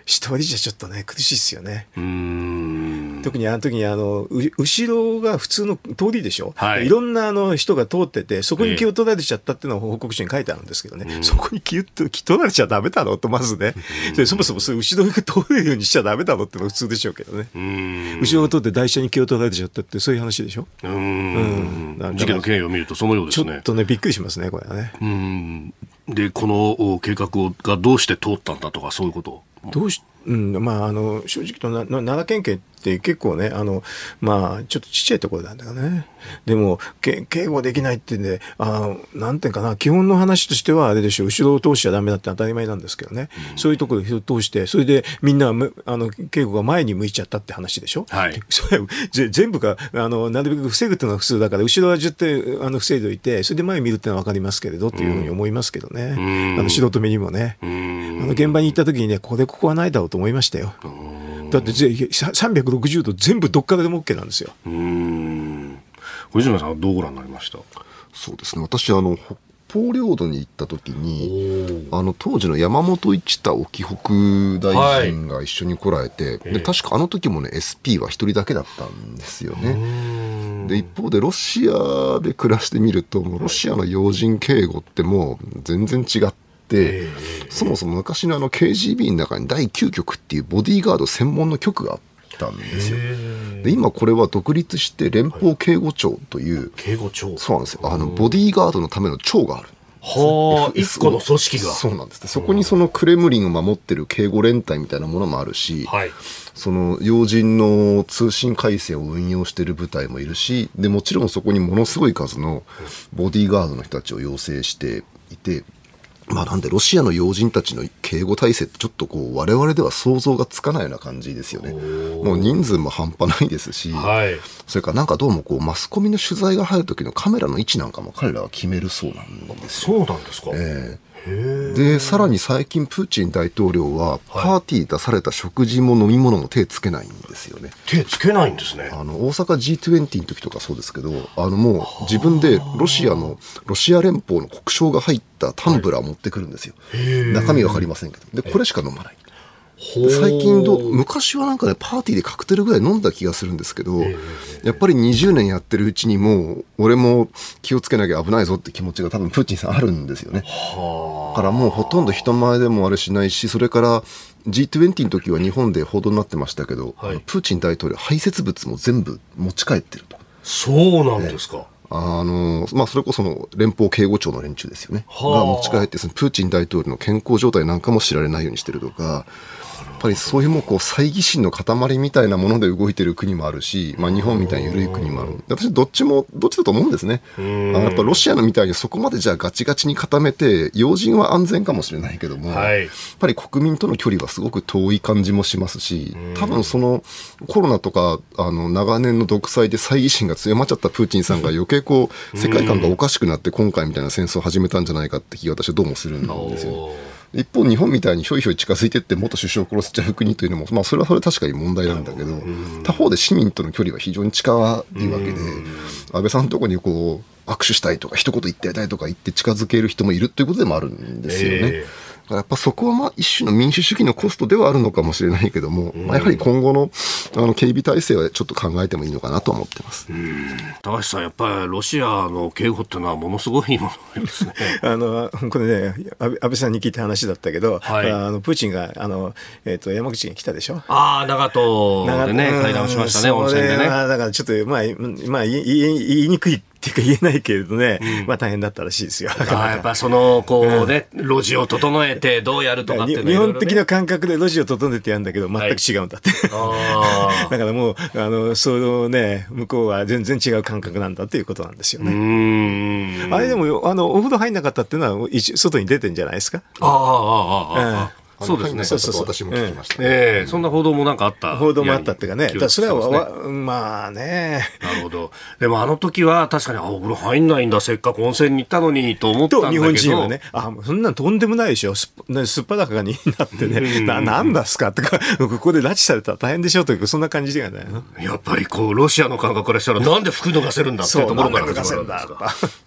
一人じゃちょっとね苦しいですよね。 うーん、 特にあの時にあの後ろが普通の通りでしょ、 はい、 いろんなあの人が通っててそこに気を取られちゃったっていうのを報告書に書いてあるんですけどね、えー、そこに気を取られちゃダメだろうとまずね、それそもそもそれ後ろが通れるようにしちゃダメだろうってのが普通でしょうけどね、うーん、後ろが通って台車に気を取られちゃったってそういう話でしょ。うーん、 うん、事件の経緯を見るとそのようですね。 ちょっとねびっくりしますねこれはね。 うーん、でこの計画がどうして通ったんだとかそういうことどうし、うんまあ、あの正直とな奈良県警って結構ねあの、まあ、ちょっとちっちゃいところなんだよね。でもけ警護できないってんであなんていうかな基本の話としてはあれでしょう後ろを通しちゃダメだって当たり前なんですけどね、うん、そういうところで通してそれでみんなあの警護が前に向いちゃったって話でしょ、はい、それ全部があのなるべく防ぐっていうのが普通だから後ろは絶対あの防いでおいてそれで前見るっていうのは分かりますけれどっていうふうに思いますけどね、うん、あの素人目にもね、うん、あの現場に行った時にねこれここはないだろうと思いましたよ。だってさんびゃくろくじゅうど全部どっからでも OK なんですよ。 うーん、藤島さんはどうご覧になりました？ そうですね、私あの北方領土に行った時にあの当時の山本一太沖北大臣が一緒に来られて、はい、で確かあの時もね エスピー は一人だけだったんですよね。で一方でロシアで暮らしてみるともうロシアの要人警護ってもう全然違ってでそもそも昔のあの ケージービー の中にだいきゅう局っていうボディーガード専門の局があったんですよ。で今これは独立して連邦警護庁という、はい、 警護庁そうなんですよ。あのボディーガードのための庁がある。 はあ、一個の組織がそうなんですね。そこにそのクレムリンを守ってる警護連隊みたいなものもあるし、はい、その要人の通信回線を運用している部隊もいるしでもちろんそこにものすごい数のボディーガードの人たちを養成していてまあなんでロシアの要人たちの警護体制ってちょっとこう我々では想像がつかないような感じですよね。もう人数も半端ないですし、はい、それからなんかどうもこうマスコミの取材が入る時のカメラの位置なんかも彼らは決めるそうなんですよ。 そうなんですか。 えーでさらに最近プーチン大統領はパーティーで出された食事も飲み物も手つけないんですよね。 手つけないんですね。 あの大阪 ジートゥエンティー の時とかそうですけどあのもう自分でロシアのロシア連邦の国章が入ったタンブラーを持ってくるんですよ、はい、中身わかりませんけどでこれしか飲まない。最近ど昔はなんかねパーティーでカクテルぐらい飲んだ気がするんですけどやっぱりにじゅうねんやってるうちにもう俺も気をつけなきゃ危ないぞって気持ちが多分プーチンさんあるんですよね。だからもうほとんど人前でもあれしないしそれから ジートゥエンティー の時は日本で報道になってましたけど、はい、プーチン大統領排泄物も全部持ち帰ってると。 そうなんですか。 あのまあ、それこその連邦警護庁の連中ですよねが持ち帰ってそのプーチン大統領の健康状態なんかも知られないようにしてるとかやっぱりそういうもうこう猜疑心の塊みたいなもので動いてる国もあるし、まあ、日本みたいに緩い国もある。私どっちもどっちだと思うんですね。あのやっぱロシアのみたいにそこまでじゃあガチガチに固めて要人は安全かもしれないけども、はい、やっぱり国民との距離はすごく遠い感じもしますし多分そのコロナとかあの長年の独裁で猜疑心が強まっちゃったプーチンさんが余計こう世界観がおかしくなって今回みたいな戦争を始めたんじゃないかって気が私はどうもするんですよね。一方日本みたいにひょいひょい近づいてって元首相を殺せちゃう国というのも、まあ、それはそれ確かに問題なんだけど他方で市民との距離は非常に近いわけで安倍さんのところにこう握手したいとか一言言ってやりたいとか言って近づける人もいるということでもあるんですよね。えーやっぱそこはまあ一種の民主主義のコストではあるのかもしれないけども、まあ、やはり今後のあの警備体制はちょっと考えてもいいのかなと思ってます。 うん高橋さんやっぱりロシアの警護っていうのはものすごいものですね。 あのこれね安倍さんに聞いた話だったけど、はい、あのプーチンがあの、えー、と山口に来たでしょ。 ああ長門でね会談をしましたね温泉でね。 だからちょっとまあ、まあ、言い、言いにくいっていうか言えないけれどね、うん、まあ大変だったらしいですよ。 あやっぱそのこうね、うん、路地を整えてどうやるとかっていうの、ね、 日本的な感覚で路地を整えてやるんだけど全く違うんだって、はい、だからもうあのそのね向こうは全然違う感覚なんだっていうことなんですよね。うーんあれでもあのお風呂入んなかったっていうのは一外に出てんじゃないですか。 ああああああ、うんそうですね。そうそうそう私も聞きました、ね。 ええー、そんな報道もなんかあった。 報道もあったっていうかね。だそれは、ね、まあね。 なるほど。でもあの時は確かにあお風呂入んないんだせっかく温泉に行ったのにと思ったんだけど。 と日本人はねあそんなのとんでもないでしょ。すっ、すっぱだかになってねななんだすかとかここで拉致されたら大変でしょというそんな感じではないの。 やっぱりこうロシアの感覚からしたらなんで服脱がせるんだっていうところから始まるんですか。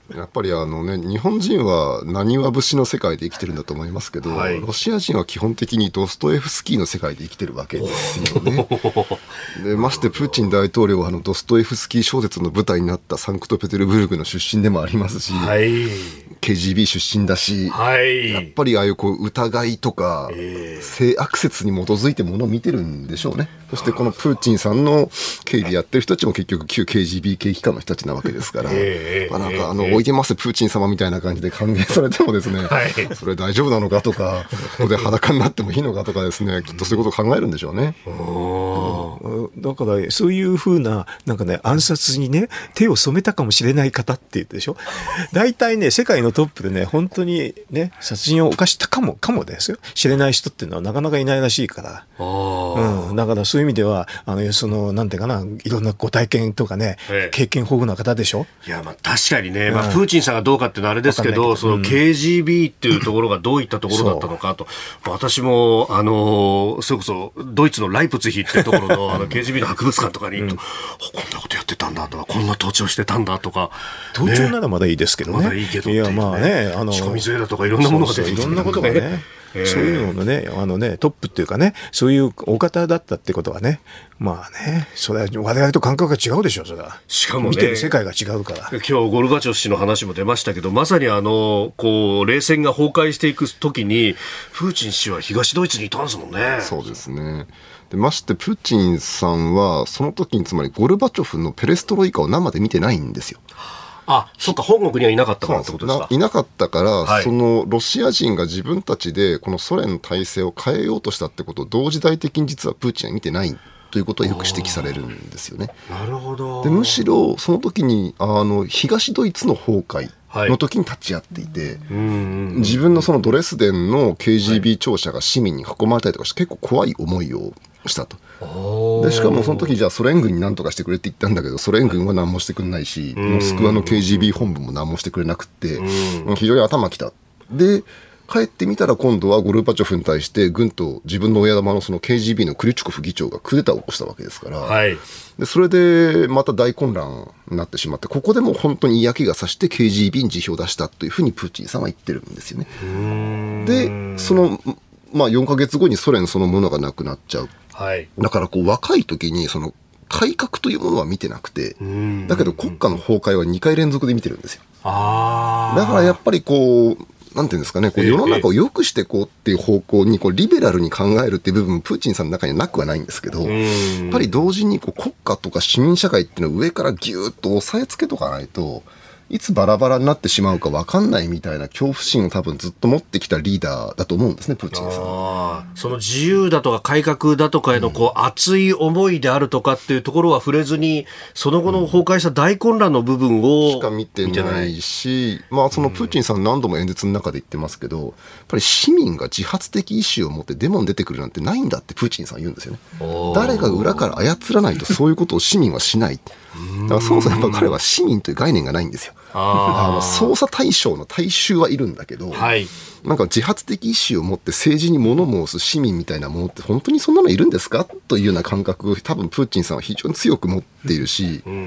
やっぱりあの、ね、日本人は浪花節の世界で生きてるんだと思いますけど、はい、ロシア人は基本的にドストエフスキーの世界で生きてるわけですよね。でましてプーチン大統領はあのドストエフスキー小説の舞台になったサンクトペテルブルクの出身でもありますし、はい、ケージービー 出身だし、はい、やっぱりああいうこう疑いとか、えー、性悪説に基づいてものを見てるんでしょうね。そしてこのプーチンさんの警備やってる人たちも結局旧 ケージービー 系機関の人たちなわけですから、えーまあ、なんかあの、えー、置いてますプーチン様みたいな感じで歓迎されてもですね、はい、それ大丈夫なのかとか、ここで裸になってもいいのかとかですね、きっとそういうことを考えるんでしょうね。 だからそういうふうななんかね暗殺にね手を染めたかもしれない方って言ってでしょ。大体ね世界のトップでね本当にね殺人を犯したかもかもですよ知れない人っていうのはなかなかいないらしいから、うん、だからそういう意味ではあのそのなんていうかないろんなご体験とかね、ええ、経験豊富な方でしょ。 いやまあ確かにね、まあ、プーチンさんがどうかっていうのはあれですけど、その ケージービー っていうところがどういったところだったのかと、私もあのそれこそドイツのライプツィヒっていうところのあの ケージービー の博物館とかに、うん、こんなことやってたんだとかこんな盗聴してたんだとか、 盗聴ならまだいいですけどね、 まだいいけどっていうね、 いやまあねあの仕込み杖だとかいろんなものが出てきて、 そうそういろんなことがねえー、そういうののね、あのね、トップっていうかね、そういうお方だったってことはね、まあね、それは我々と感覚が違うでしょ、それは。 しかもね、 見てる世界が違うから。 今日ゴルバチョフ氏の話も出ましたけど、まさにあの、こう、冷戦が崩壊していくときに、プーチン氏は東ドイツにいたんですもんね。 そうですね。でましてプーチンさんは、その時につまりゴルバチョフのペレストロイカを生で見てないんですよ。 あ、そっか、本国にはいなかったからってことですか。 いなかったから、はい、そのロシア人が自分たちでこのソ連の体制を変えようとしたってことを同時代的に実はプーチンは見てないということはよく指摘されるんですよね。 なるほど。 でむしろその時にあの東ドイツの崩壊の時に立ち会っていて、はい、自分のそのドレスデンの ケージービー 庁舎が市民に囲まれたりとかして結構怖い思いをしたと。でしかもその時じゃあソ連軍に何とかしてくれって言ったんだけどソ連軍は何もしてくれないしモスクワの ケージービー 本部も何もしてくれなくって非常に頭きた。で帰ってみたら今度はゴルバチョフに対して軍と自分の親玉のその ケージービー のクリチュコフ議長がクーデターを起こしたわけですから、はい、でそれでまた大混乱になってしまってここでも本当に嫌気がさして ケージービー に辞表を出したというふうにプーチンさんは言ってるんですよね。でそのまあよんかげつごにソ連そのものがなくなっちゃう。はい、だからこう若い時にその改革というものは見てなくてだけど国家の崩壊はにかい連続で見てるんですよ。あだからやっぱりこうなんていうんですかねこう世の中を良くしていこうっていう方向にこうリベラルに考えるっていう部分もプーチンさんの中にはなくはないんですけどやっぱり同時にこう国家とか市民社会っていうのを上からギューッと押さえつけとかないといつバラバラになってしまうか分かんないみたいな恐怖心を多分ずっと持ってきたリーダーだと思うんですねプーチンさん。 あその自由だとか改革だとかへのこう、うん、熱い思いであるとかっていうところは触れずにその後の崩壊した大混乱の部分を、 うん、しか見てないしまあそのプーチンさん何度も演説の中で言ってますけど、うん、やっぱり市民が自発的意思を持ってデモに出てくるなんてないんだってプーチンさん言うんですよね。誰が裏から操らないとそういうことを市民はしない。だからそもそもやっぱ彼は市民という概念がないんですよ。ああの捜査対象の大衆はいるんだけど、はい、なんか自発的意思を持って政治に物申す市民みたいなものって本当にそんなのいるんですかというような感覚を多分プーチンさんは非常に強く持っているし、うんうんうん、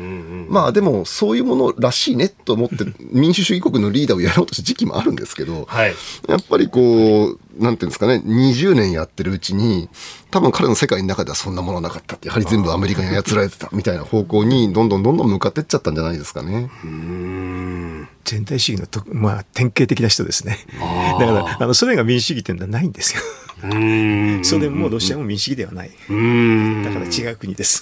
まあでもそういうものらしいねと思って民主主義国のリーダーをやろうとした時期もあるんですけど、はい、やっぱりこうなんていうんですかねにじゅうねんやってるうちに多分彼の世界の中ではそんなものなかったってやはり全部アメリカに操られてたみたいな方向にどんどんどんどん向かっていっちゃったんじゃないですかね。 うーん全体主義のと、まあ、典型的な人ですね。だからあのソ連が民主主義っていうのはないんですよ。うーんソ連もロシアも民主主義ではない。うーんだから違う国です。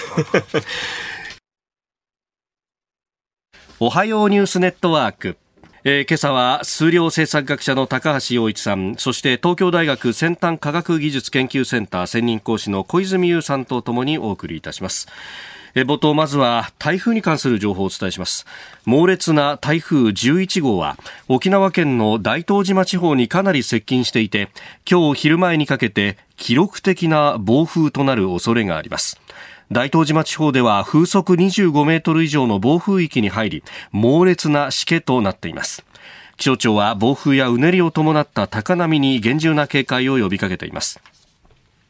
おはようニュースネットワーク。えー、今朝は数量政策学者の高橋洋一さんそして東京大学先端科学技術研究センター専任講師の小泉悠さんとともにお送りいたします。えー、冒頭まずは台風に関する情報をお伝えします。猛烈な台風じゅういち号は沖縄県の大東島地方にかなり接近していて今日昼前にかけて記録的な暴風となる恐れがあります。大東島地方では風速にじゅうごメートル以上の暴風域に入り猛烈なしけとなっています。気象庁は暴風やうねりを伴った高波に厳重な警戒を呼びかけています。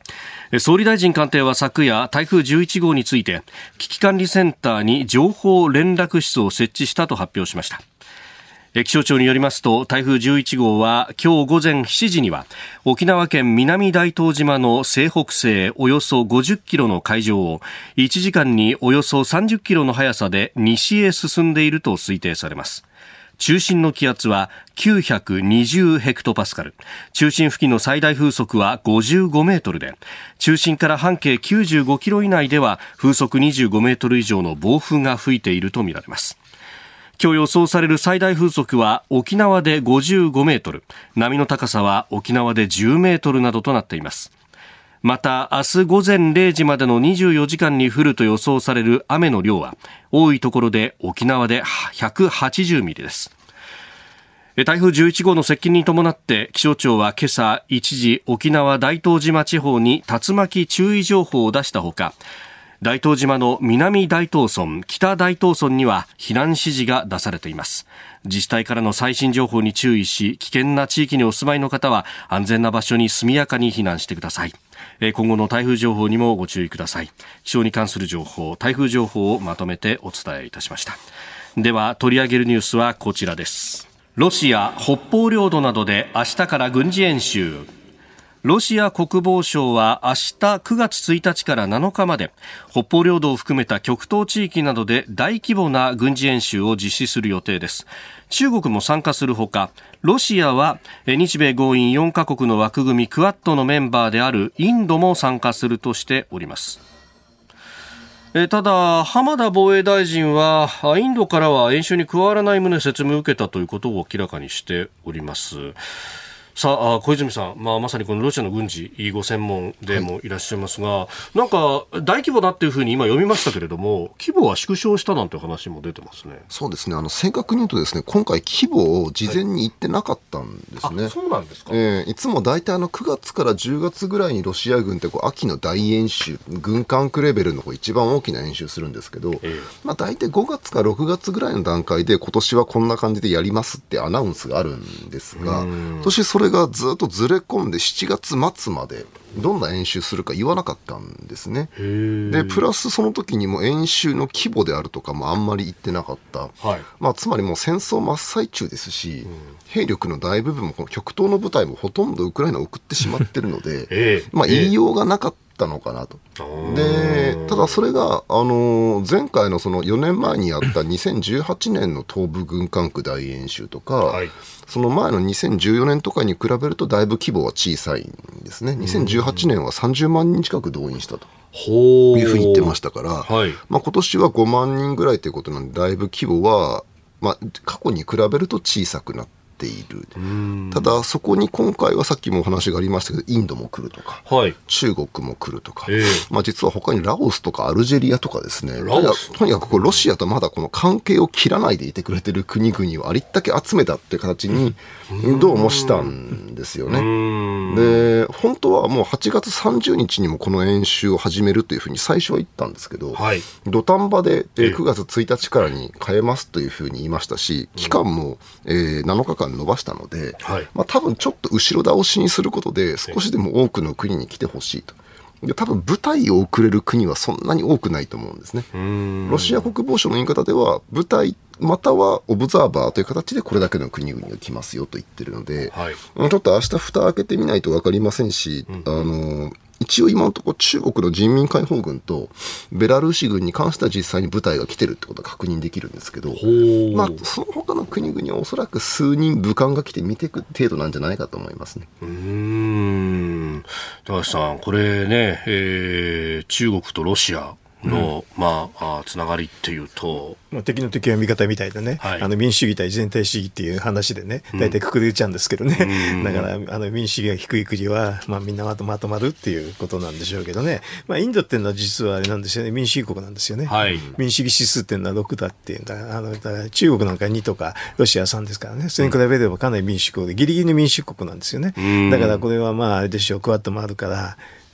総理大臣官邸は昨夜、台風じゅういち号について危機管理センターに情報連絡室を設置したと発表しました。気象庁によりますと、台風じゅういち号は今日午前しちじには沖縄県南大東島の西北西およそごじゅっキロの海上をいちじかんにおよそさんじゅっキロの速さで西へ進んでいると推定されます。中心の気圧はきゅうひゃくにじゅうヘクトパスカル、中心付近の最大風速はごじゅうごメートルで、中心から半径きゅうじゅうごキロ以内では風速にじゅうごメートル以上の暴風が吹いているとみられます。今日予想される最大風速は沖縄でごじゅうごメートル、波の高さは沖縄でじゅうメートルなどとなっています。また明日午前れいじまでのにじゅうよじかんに降ると予想される雨の量は多いところで沖縄でひゃくはちじゅうミリです。台風じゅういち号の接近に伴って気象庁は今朝一時沖縄大東島地方に竜巻注意情報を出したほか、大東島の南大東村、北大東村には避難指示が出されています。自治体からの最新情報に注意し、危険な地域にお住まいの方は安全な場所に速やかに避難してください。今後の台風情報にもご注意ください。気象に関する情報、台風情報をまとめてお伝えいたしました。では取り上げるニュースはこちらです。ロシア北方領土などで明日から軍事演習。ロシア国防省は明日くがつついたちからなのかまで北方領土を含めた極東地域などで大規模な軍事演習を実施する予定です。中国も参加するほか、ロシアは日米豪印よんカ国の枠組みクアッドのメンバーであるインドも参加するとしております。えただ浜田防衛大臣はインドからは演習に加わらない旨説明を受けたということを明らかにしております。さあ小泉さん、まあ、まさにこのロシアの軍事ご専門でもいらっしゃいますが、はい、なんか大規模だっていうふうに今読みましたけれども、規模は縮小したなんて話も出てますね。 そうですね、あの正確に言うとですね、今回規模を事前に言ってなかったんですね。 はい、そうなんですか。 えー、いつも大体あのくがつからじゅうがつぐらいにロシア軍ってこう秋の大演習、軍管区レベルのこう一番大きな演習するんですけど、えーまあ、大体ごがつかろくがつぐらいの段階で今年はこんな感じでやりますってアナウンスがあるんですが、今年それがずっとずれ込んでしちがつまつまでどんな演習するか言わなかったんですね。でプラスその時にも演習の規模であるとかもあんまり言ってなかった、はい、まあ、つまりもう戦争真っ最中ですし、うん、兵力の大部分もこの極東の部隊もほとんどウクライナを送ってしまってるので、えー、まあ、言いようがなかったのかなと。でただそれが、あのー、前回のそのよねんまえにやったにせんじゅうはちねんの東部軍管区大演習とか、はい、その前のにせんじゅうよねんとかに比べるとだいぶ規模は小さいんですね。にせんじゅうはちねんはさんじゅうまんにん近く動員したというふうに言ってましたから、はい、まあ、今年はごまんにんぐらいということなんで、だいぶ規模は、まあ、過去に比べると小さくなっている。ただそこに今回はさっきもお話がありましたけど、インドも来るとか、はい、中国も来るとか、えーまあ、実は他にラオスとかアルジェリアとかですね、とにかくこうロシアとまだこの関係を切らないでいてくれてる国々をありったけ集めたっていう形にどうもしたんですよね。で本当はもうはちがつさんじゅうにちにもこの演習を始めるというふうに最初は言ったんですけど、はい、土壇場でくがつついたちからに変えますというふうに言いましたし、期間もなのかかん伸ばしたので、はい、まあ、多分ちょっと後ろ倒しにすることで少しでも多くの国に来てほしいと。で多分部隊を送れる国はそんなに多くないと思うんですね。ロシア国防省の言い方では部隊またはオブザーバーという形でこれだけの国々が来ますよと言ってるので、はい、ちょっと明日蓋開けてみないと分かりませんし、うん、あの一応今のところ中国の人民解放軍とベラルーシ軍に関しては実際に部隊が来てるってことは確認できるんですけど、まあ、その他の国々はおそらく数人武官が来て見ていく程度なんじゃないかと思いますね。 うーん、高橋さん、これね、えー、中国とロシアの、うん、まあ、つながりっていうと、 まあ、敵の敵は味方みたいなね、はい、あの民主主義対全体主義っていう話でね、大体くくり打っちゃうんですけどね、うん、だからあの民主主義が低い国は、まあ、みんなまとまとまるっていうことなんでしょうけどね、まあ、インドっていうのは実はあれなんですよね、民主主義国なんですよね、はい、民主主義指数っていうのはろくだっていうんだ、あのだから中国なんかにとかロシアさんですからね、それに比べればかなり民主国でギリギリの民主国なんですよね、うん、だからこれはまああれでしょう、クワッドもあるから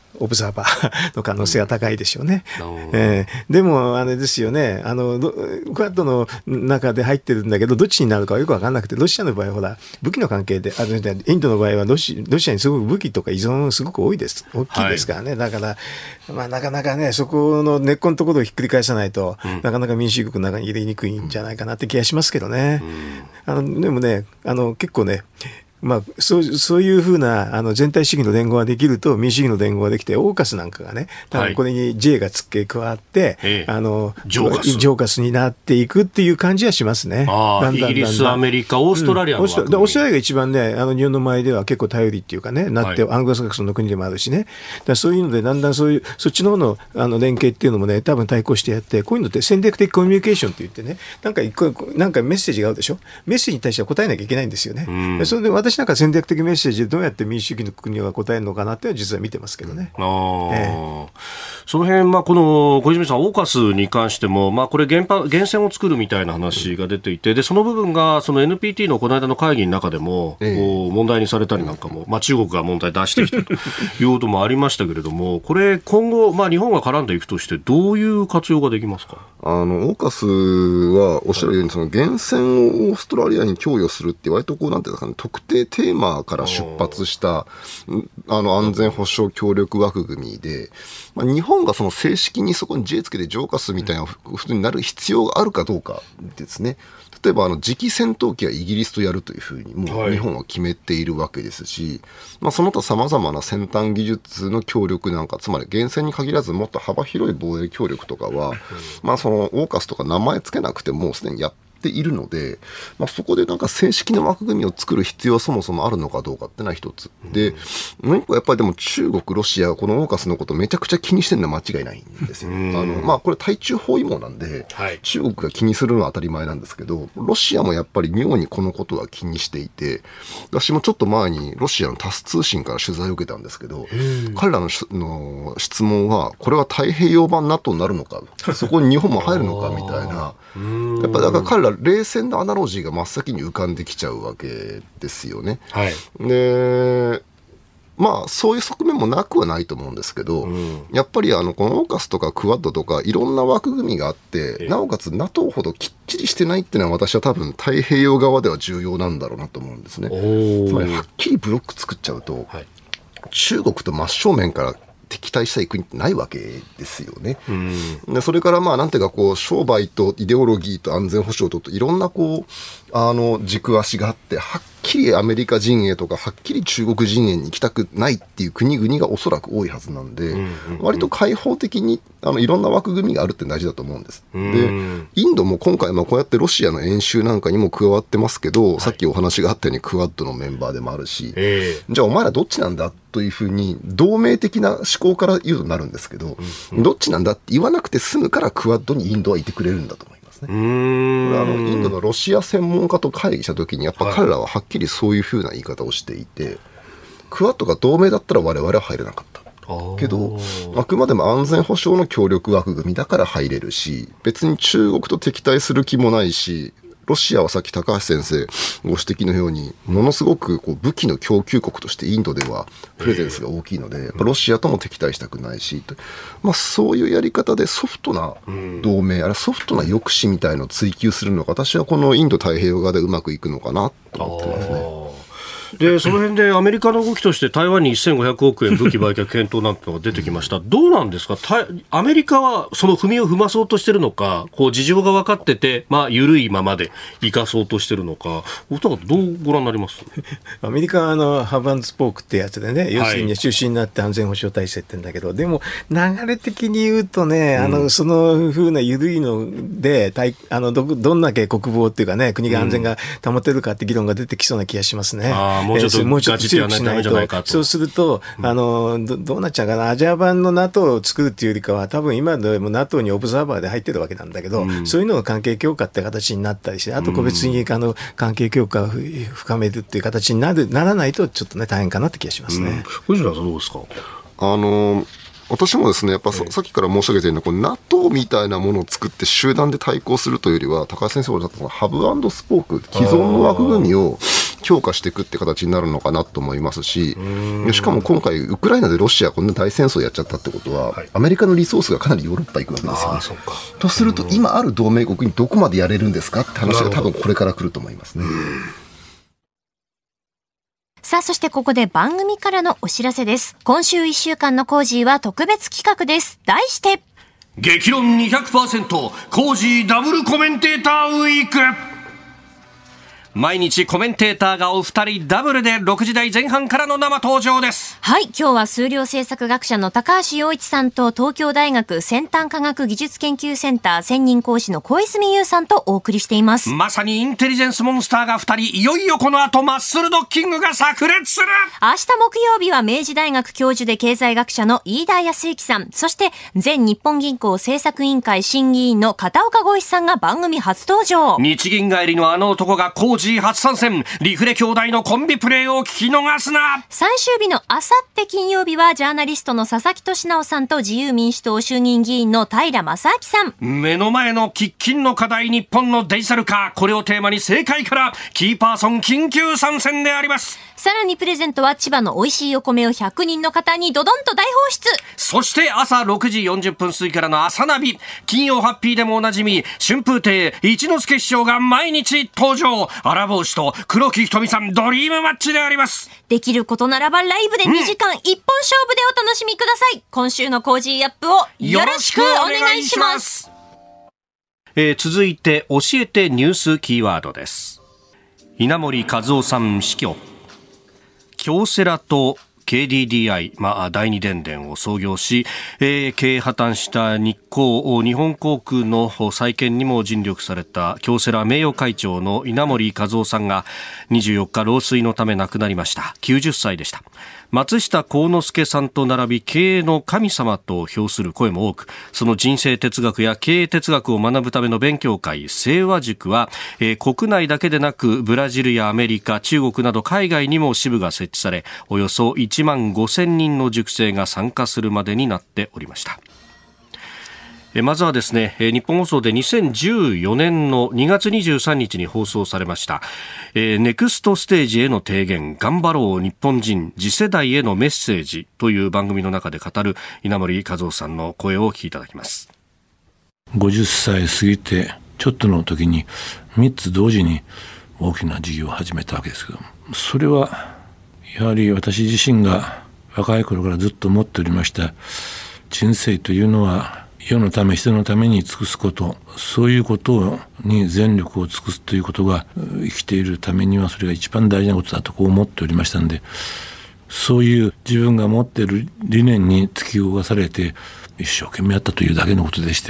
オブザーバーの可能性は高いでしょうね。えー、でもあれですよね、あのクアッドの中で入ってるんだけどどっちになるかはよく分からなくて、ロシアの場合はほら武器の関係で、あインドの場合はロシ、ロシアにすごく武器とか依存すごく多いです、大きいですからね、はい、だから、まあ、なかなかねそこの根っこのところをひっくり返さないと、うん、なかなか民主主義国の中に入れにくいんじゃないかなって気がしますけどね。うん、あのでもねあの結構ねまあ、そう、そういうふうなあの全体主義の連合ができると民主主義の連合ができて、オーカスなんかがね多分これに J が付け加わって、はい、あのジョーカス、ジョーカスになっていくっていう感じはしますね。 あだんだんだんだんイギリス、アメリカ、オーストラリアの枠組み、 うん、オーストラリアが一番ねあの日本の前では結構頼りっていうかねなって、はい、アングロサクソンの国でもあるしね、だからそういうのでだんだんそういうそっちの方のあの連携っていうのもね多分対抗してやって、こういうのって戦略的コミュニケーションって言ってね、なんか一個なんかメッセージがあるでしょ、メッセージに対しては答えなきゃいけないんですよね。うん、それで私なんか戦略的メッセージでどうやって民主主義の国は答えるのかなって実は見てますけどね。 あ、ええ、その辺、まあ、この小泉さんオーカスに関しても、まあ、これ 原, 原線を作るみたいな話が出ていて、でその部分がその エヌピーティー のこの間の会議の中でも、ええ、こう問題にされたりなんかも、まあ、中国が問題出してきてるということもありましたけれども、これ今後、まあ、日本が絡んでいくとしてどういう活用ができますか。 あのオーカスはおっしゃるようにその原線をオーストラリアに供与するって割とこうなんていうか、ね、特定テーマから出発したあの安全保障協力枠組みで、まあ、日本がその正式にそこに J つけて浄化するみたいなことになる必要があるかどうかですね。例えばあの次期戦闘機はイギリスとやるというふうにもう日本は決めているわけですし、まあ、その他さまざまな先端技術の協力なんか、つまり原線に限らずもっと幅広い防衛協力とかは、まあそのオーカスとか名前つけなくてもすでにやってているので、まあ、そこでなんか正式な枠組みを作る必要はそもそもあるのかどうかってのは一つで、もう一個やっぱりでも中国ロシアがこのオーカスのことをめちゃくちゃ気にしてるのは間違いないんですよ。あの、まあ、これ対中包囲網なんで、はい、中国が気にするのは当たり前なんですけど、ロシアもやっぱり妙にこのことは気にしていて、私もちょっと前にロシアのタス通信から取材を受けたんですけど、彼らのの質問はこれは太平洋版 ナトー になるのか、そこに日本も入るのかみたいなやっぱだから彼ら冷戦のアナロジーが真っ先に浮かんできちゃうわけですよね。はい、でまあそういう側面もなくはないと思うんですけど、うん、やっぱりあのこのオーカスとかクワッドとかいろんな枠組みがあって、なおかつ ナトー ほどきっちりしてないっていうのは私は多分太平洋側では重要なんだろうなと思うんですね。つまりはっきりブロック作っちゃうと、はい、中国と真正面から敵対したい国ってないわけですよね。うん、でそれからまあなんていうかこう商売とイデオロギーと安全保障とといろんなこうあの軸足があって、はっきりアメリカ陣営とかはっきり中国陣営に行きたくないっていう国々がおそらく多いはずなんで、うんうんうん、割と開放的にあのいろんな枠組みがあるって大事だと思うんです。うん、でインドも今回まあこうやってロシアの演習なんかにも加わってますけど、はい、さっきお話があったようにクワッドのメンバーでもあるし、えー、じゃあお前らどっちなんだというふうに同盟的な思考から言うとなるんですけど、うんうん、どっちなんだって言わなくて済むからクワッドにインドはいてくれるんだと思います。うーんこれあのインドのロシア専門家と会議したときにやっぱ彼らははっきりそういうふうな言い方をしていて、はい、クワッドが同盟だったら我々は入れなかったけど、あくまでも安全保障の協力枠組みだから入れるし、別に中国と敵対する気もないし、ロシアはさっき高橋先生ご指摘のようにものすごくこう武器の供給国としてインドではプレゼンスが大きいので、やっぱロシアとも敵対したくないし、まあ、そういうやり方でソフトな同盟、あれソフトな抑止みたいのを追求するのが私はこのインド太平洋側でうまくいくのかなと思ってますね。 でその辺でアメリカの動きとして台湾にせんごひゃくおくえん武器売却検討なんてのが出てきました。どうなんですか、アメリカはその踏みを踏まそうとしてるのか、こう事情が分かってて、まあ、緩いままで生かそうとしてるのか、お二方どうご覧になります？ アメリカはあのハブ&スポークってやつでね、要するに中心になって安全保障体制って言うんだけど、はい、でも流れ的に言うとね、あの、うん、その風な緩いのであの ど, どんだけ国防っていうかね、国が安全が保てるかって議論が出てきそうな気がしますね。 あもうちょっとガチでやらないとダメじゃないかと。 そうすると、うん、あの ど, どうなっちゃうかな、アジア版の ナトー を作るっていうよりかは多分今でも ナトー にオブザーバーで入ってるわけなんだけど、うん、そういうのの関係強化って形になったりして、あと個別にあの関係強化を深めるっていう形になるならないとちょっとね大変かなって気がしますね。 藤田さんどうですか？ あの私もですね、やっぱ さ,、ええ、さっきから申し上げているのは ナトー みたいなものを作って集団で対抗するというよりは、高橋先生がおっしゃったハブ&スポーク、既存の枠組みを強化していくって形になるのかなと思いますし、しかも今回ウクライナでロシアこんな大戦争やっちゃったってことは、はい、アメリカのリソースがかなりヨーロッパ行くわけですよね。そうか。とすると今ある同盟国にどこまでやれるんですかって話が多分これから来ると思いますね。 さあ、そしてここで番組からのお知らせです。今週いっしゅうかんのコージーは特別企画です。題して激論 にひゃくパーセント コージーダブルコメンテーターウィーク。毎日コメンテーターがお二人ダブルでろくじ台前半からの生登場です。 はい、今日は数量政策学者の高橋洋一さんと東京大学先端科学技術研究センター専任講師の小泉優さんとお送りしています。 まさにインテリジェンスモンスターがふたり、いよいよこの後マッスルドッキングが炸裂する。 明日木曜日は明治大学教授で経済学者の飯田康之さん、そして前日本銀行政策委員会審議員の片岡剛一さんが番組初登場。 日銀帰りのあの男がコージー初参戦。リフレ兄弟のコンビプレーを聞き逃すな。 最終日のあさって金曜日はジャーナリストの佐々木俊直さんと自由民主党衆議院議員の平正明さん。 目の前の喫緊の課題、日本のデジタル化、これをテーマに政界からキーパーソン緊急参戦であります。 さらにプレゼントは千葉の美味しいお米をひゃくにんの方にドドンと大放出。 そして朝ろくじよんじゅっぷん過ぎからの朝ナビ、金曜ハッピーでもおなじみ春風亭一之輔師匠が毎日登場。荒帽子と黒木瞳さん、ドリームマッチであります。 できることならばライブでにじかん一本勝負でお楽しみください。今週のコージーアップをよろしくお願いします。 えー、続いて教えてニュースキーワードです。稲盛和夫さん死去。京セラと ケーディーディーアイ、まあ、第二電電を創業し、えー、経営破綻した日航、日本航空の再建にも尽力された京セラ名誉会長の稲盛和夫さんがにじゅうよっか老衰のため亡くなりました。きゅうじゅっさいでした。松下幸之助さんと並び経営の神様と評する声も多く、その人生哲学や経営哲学を学ぶための勉強会清和塾は、えー、国内だけでなくブラジルやアメリカ、中国など海外にも支部が設置され、およそいちまんごせんにんの塾生が参加するまでになっておりました。まずはですね、日本放送でにせんじゅうよねんのにがつにじゅうさんにちに放送されました、ネクストステージへの提言、頑張ろう日本人次世代へのメッセージという番組の中で語る稲盛和夫さんの声をお聞きいただきます。 ごじゅっさい過ぎてちょっとの時にみっつ同時に大きな事業を始めたわけですけども、それはやはり私自身が若い頃からずっと持っておりました人生というのは世のため人のために尽くすこと、そういうことに全力を尽くすということが生きているためにはそれが一番大事なことだとこう思っておりましたので、そういう自分が持っている理念に突き動かされて一生懸命やったというだけのことでして、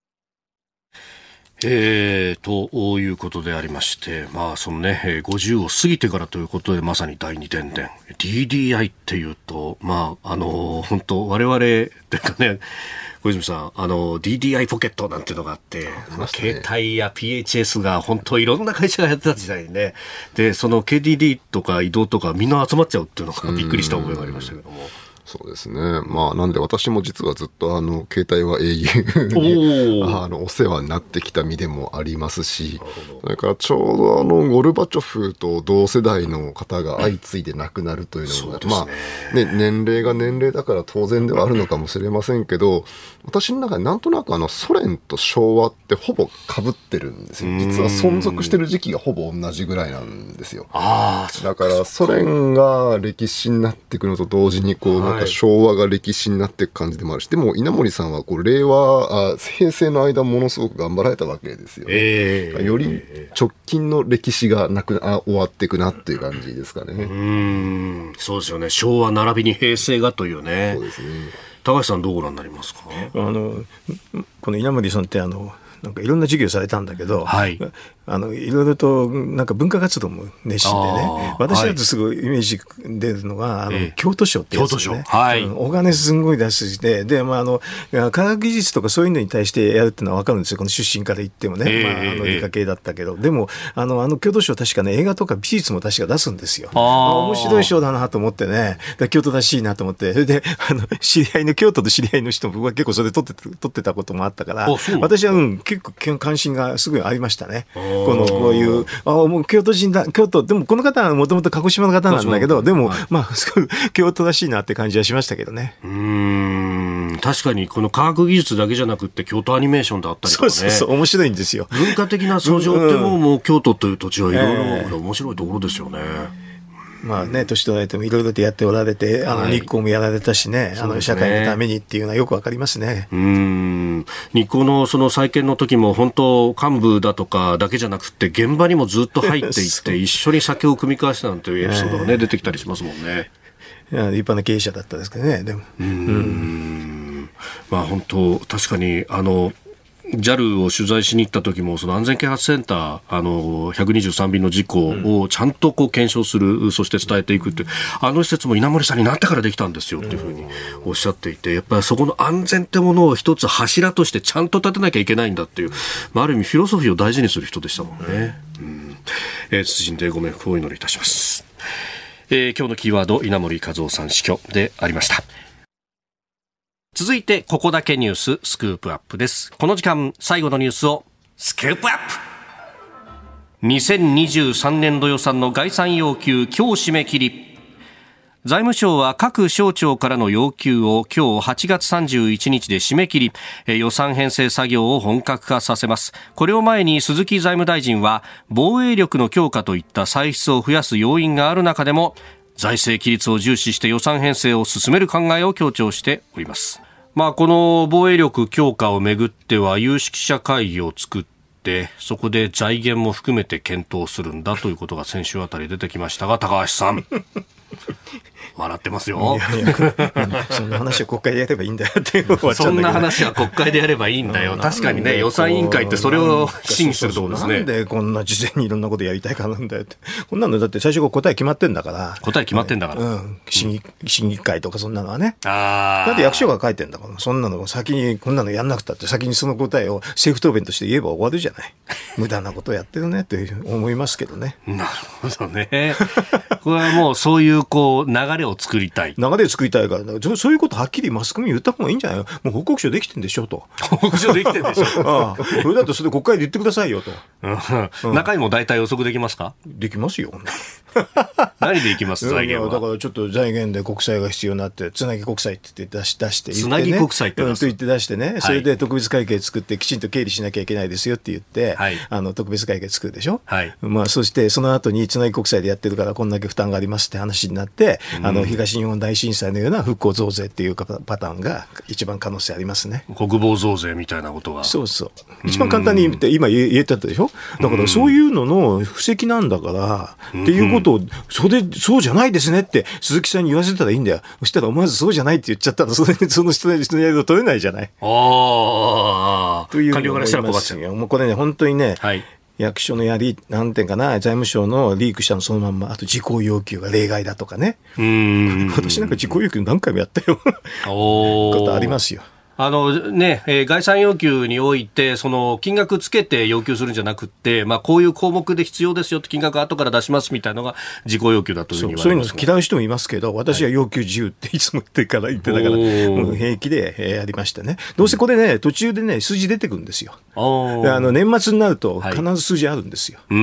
えー、ということでありまして、まあそのね、ごじゅうを過ぎてからということでまさに第二電電 ディーディーアイ っていうと、まああの本当我々というかね、小泉さん、あの ディーディーアイ ポケットなんていうのがあって、ね、携帯や ピーエイチエス が本当いろんな会社がやってた時代にね、でその ケーディーディー とか移動とかみんな集まっちゃうっていうのがびっくりした覚えがありましたけども。 そうですね。まあ、なんで私も実はずっとあの携帯は エーユー にあのお世話になってきた身でもありますし、それからちょうどあのゴルバチョフと同世代の方が相次いで亡くなるというのが、うん、まあね、年齢が年齢だから当然ではあるのかもしれませんけど、私の中でなんとなくあのソ連と昭和ってほぼ被ってるんですよ。実は存続してる時期がほぼ同じぐらいなんですよ。あだからソ連が歴史になっていくのと同時にこうなんか昭和が歴史になっていく感じでもあるし、でも稲盛さんはこう令和あ平成の間ものすごく頑張られたわけですよね、えー、より直近の歴史がなくあ終わっていくなっていう感じですかね。うーん、そうですよね。昭和並びに平成がというね。そうですね。高橋さんどうご覧になりますか。 あのこの稲盛さんってあのなんかいろんな授業されたんだけど、はい、あのいろいろとなんか文化活動も熱心でね、私だとすごいイメージ出るのが、はい、あの、えー、京都賞ってやつですね。はい、お金すごい出してで、まあ、あの科学技術とかそういうのに対してやるっていうのは分かるんですよ。この出身から言ってもね、えーまあ、あの理科系だったけど、でもあのあの京都賞確かね映画とか美術も確か出すんですよ。あ面白い賞だなと思ってね、京都らしいなと思って、それであの知り合いの京都と知り合いの人も僕は結構それ取って取ってたこともあったから、私はうん結構関心がすぐありましたね。このこういうあもう京都人だ京都でもこの方はもともと鹿児島の方なんだけどでも、はい、まあすごい京都らしいなって感じはしましたけどね。 うーん確かにこの科学技術だけじゃなくって京都アニメーションであったりとかね。 そうそうそう面白いんですよ。 文化的な素性っても、うん、もう京都という土地はいろいろ面白いところですよね。 まあね、年取られてもいろいろとやっておられて、あの日光もやられたしね、はい、あの社会のためにっていうのはよくわかりますね。 うーん日光のその再建の時も本当幹部だとかだけじゃなくて現場にもずっと入っていって一緒に酒を組み交わしたなんていうエピソードがね、出てきたりしますもんね。 いや立派な経営者だったですけどね。でもうーん、うん、まあ本当確かにあのジャル を取材しに行った時もその安全啓発センターあのひゃくにじゅうさんびんの事故をちゃんとこう検証する、うん、そして伝えていくってあの施設も稲盛さんになってからできたんですよっていうふうにおっしゃっていてやっぱりそこの安全ってものを一つ柱としてちゃんと立てなきゃいけないんだっていう、まあ、ある意味フィロソフィーを大事にする人でしたもんね。うんえー、謹んでご冥福をお祈りいたします。えー、今日のキーワード稲盛和夫さん死去でありました。続いてここだけニューススクープアップです。この時間最後のニュースをスクープアップ。にせんにじゅうさんねん度予算の概算要求今日締め切り。財務省は各省庁からの要求を今日はちがつさんじゅういちにちで締め切り予算編成作業を本格化させます。これを前に鈴木財務大臣は防衛力の強化といった歳出を増やす要因がある中でも財政規律を重視して予算編成を進める考えを強調しております。まあ、この防衛力強化をめぐっては有識者会議を作ってそこで財源も含めて検討するんだということが先週あたり出てきましたが高橋さん笑ってますよ。 いやいやそんな話は国会でやればいいんだよって終わっちゃうんだけどそんな話は国会でやればいいんだよ。確かにね予算委員会ってそれを審議するところですね。 なんでこんな事前にいろんなことやりたいかなんだよってこんなのだって最初から答え決まってんだから答え決まってんだから、 うん、審議、審議会とかそんなのはねあだって役所が書いてんだからそんなの先にこんなのやんなくたって先にその答えを政府答弁として言えば終わるじゃない無駄なことやってるねって思いますけどね。 なるほどねこれはもうそういうこう流れを作りたい流れを作りたいから、そういうことはっきりマスコミに言った方がいいんじゃないの。もう報告書できてんでしょと報告書できてんでしょああそれだとそれ国会で言ってくださいよと、 うん、中身も大体予測できますか。 できますよ何でいきます財源は。 だからちょっと財源で国債が必要になってつなぎ国債って言って出し出して言って、 ね、つなぎ国債って出す、 うん、と言って出してね、はい、それで特別会計作ってきちんと経理しなきゃいけないですよって言って、はい、あの特別会計作るでしょ、はいまあ、そしてその後につなぎ国債でやってるからこんだけ負担がありますって話になって、うん、あの東日本大震災のような復興増税っていうパターンが一番可能性ありますね。 国防増税みたいなことがそうそう一番簡単に言って今言えたでしょ。だからそういうのの布石なんだからっていうことをそれそうじゃないですねって鈴木さんに言わせたらいいんだよ。そしたら思わずそうじゃないって言っちゃったらそれその人のやりを取れないじゃない。 ああという官僚からしたら困っちゃう。もうこれね本当にね、はい、役所のやりなんていうかな財務省のリークしたのそのまんまあと事項要求が例外だとかね。うーん私なんか事項要求何回もやったよことありますよ。 あのね、えー、概算要求においてその金額つけて要求するんじゃなくて、まあ、こういう項目で必要ですよって金額後から出しますみたいなのが自己要求だというふうに言われます。 そう、そういうの嫌う人もいますけど私は要求自由っていつも言ってから言ってたから、はい、もう平気で、えー、やりましたね。どうせこれね途中でね数字出てくるんですよ。あの年末になると必ず数字あるんですよ、はい、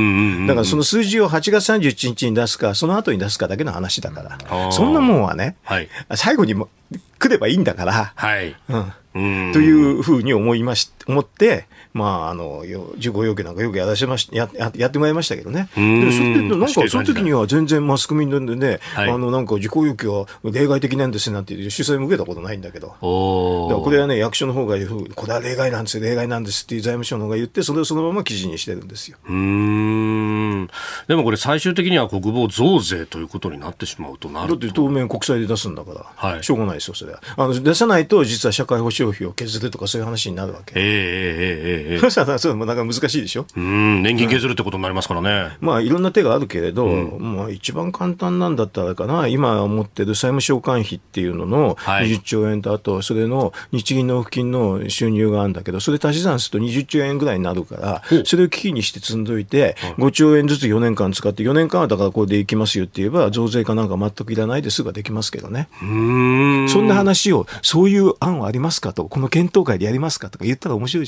だからその数字をはちがつさんじゅういちにちに出すかその後に出すかだけの話だからそんなもんはね、はい、最後にも来ればいいんだから、はいうんうんというふうに思いまし思って、まあ、あの事項要求なんかよくやらせまし や, や, やってもらいましたけどね。でそれでなんかその時には全然マスコミでね、はい、あのなんか事項要求は例外的なんですなんていう取材も受けたことないんだけど、だからこれはね役所の方がこれは例外なんです例外なんですっていう財務省の方が言ってそれをそのまま記事にしてるんですよ。 うーんでもこれ最終的には国防増税ということになってしまうとなるとだって当面国債で出すんだから、はい、しょうがないですよそれは。あの出さないと実は社会保障費を削るとかそういう話になるわけ。えー、えー、えー、えー、そしたらそれもなんか難しいでしょ。 うん年金削るってことになりますからね、 うん、まあいろんな手があるけれど、うん、まあ、一番簡単なんだったらかな今持ってる債務償還費っていうののにじゅっちょうえんとあとそれの日銀納付金の収入があるんだけどそれ足し算するとにじゅっちょうえんぐらいになるからそれを危機にして積んどいてごちょうえんずつよねんかん使ってよねんかんはだからこれでいきますよって言えば増税かなんか全くいらないですができますけどね。うーんそんな話をそういう案はありますかとこの検討会でやりますかとか言ったら面白いじゃない。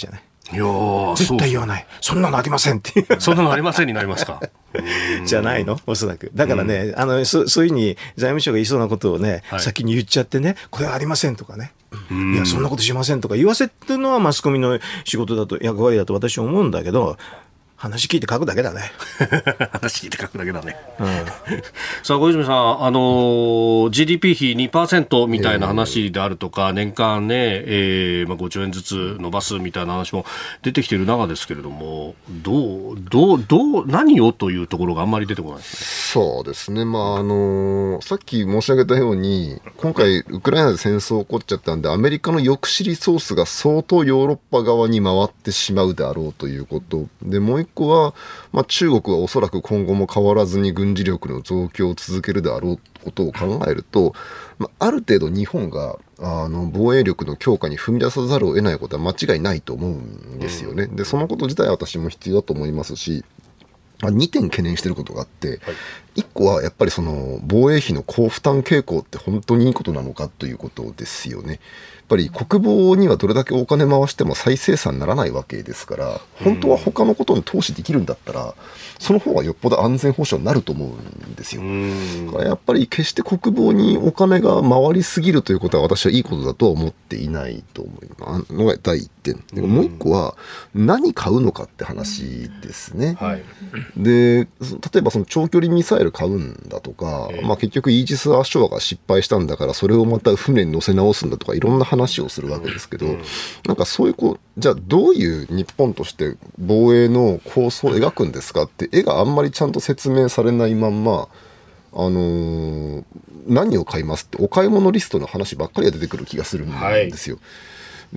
いや絶対言わない。そんなのありませんっていう。 そんなのありませんになりますか。 じゃないのおそらく。だからね、うん、あのそ、そういうふうに財務省が言いそうなことをね、はい、先に言っちゃってね、これはありませんとかね。いや、そんなことしませんとか言わせてるのはマスコミの仕事だと、役割だと私は思うんだけど、話聞いて書くだけだね。 話聞いて書くだけだね。うん、さあ小泉さん、あの ジーディーピー 比 にパーセント みたいな話であるとか、えー、年間ね、えーまあ、ごちょうえんずつ伸ばすみたいな話も出てきている中ですけれども、どうどうどう何をというところがあんまり出てこないですね。そうですね。まああのー、さっき申し上げたように、今回ウクライナで戦争起こっちゃったんで、アメリカの抑止リソースが相当ヨーロッパ側に回ってしまうであろうということで、もう一個は、まあ、中国はおそらく今後も変わらずに軍事力の増強を続けるであろうことを考えると、まあ、ある程度日本があの防衛力の強化に踏み出さざるを得ないことは間違いないと思うんですよね。で、そのこと自体は私も必要だと思いますし、にてん懸念していることがあって、はい、いっこはやっぱりその防衛費の高負担傾向って本当にいいことなのかということですよね。やっぱり国防にはどれだけお金回しても再生産にならないわけですから、本当は他のことに投資できるんだったら、その方がよっぽど安全保障になると思うんですよ。だからやっぱり決して国防にお金が回りすぎるということは私はいいことだとは思っていないと思いますのが第一点。でもう一個は何買うのかって話ですね。はい、で、例えばその長距離ミサイル買うんだとか、まあ、結局イージス・アショアが失敗したんだからそれをまた船に乗せ直すんだとかいろんな話をするわけですけど、なんかそういうこうじゃあどういう日本として防衛の構想を描くんですかって絵があんまりちゃんと説明されないまんま、あのー、何を買いますってお買い物リストの話ばっかりが出てくる気がするんですよ。はい、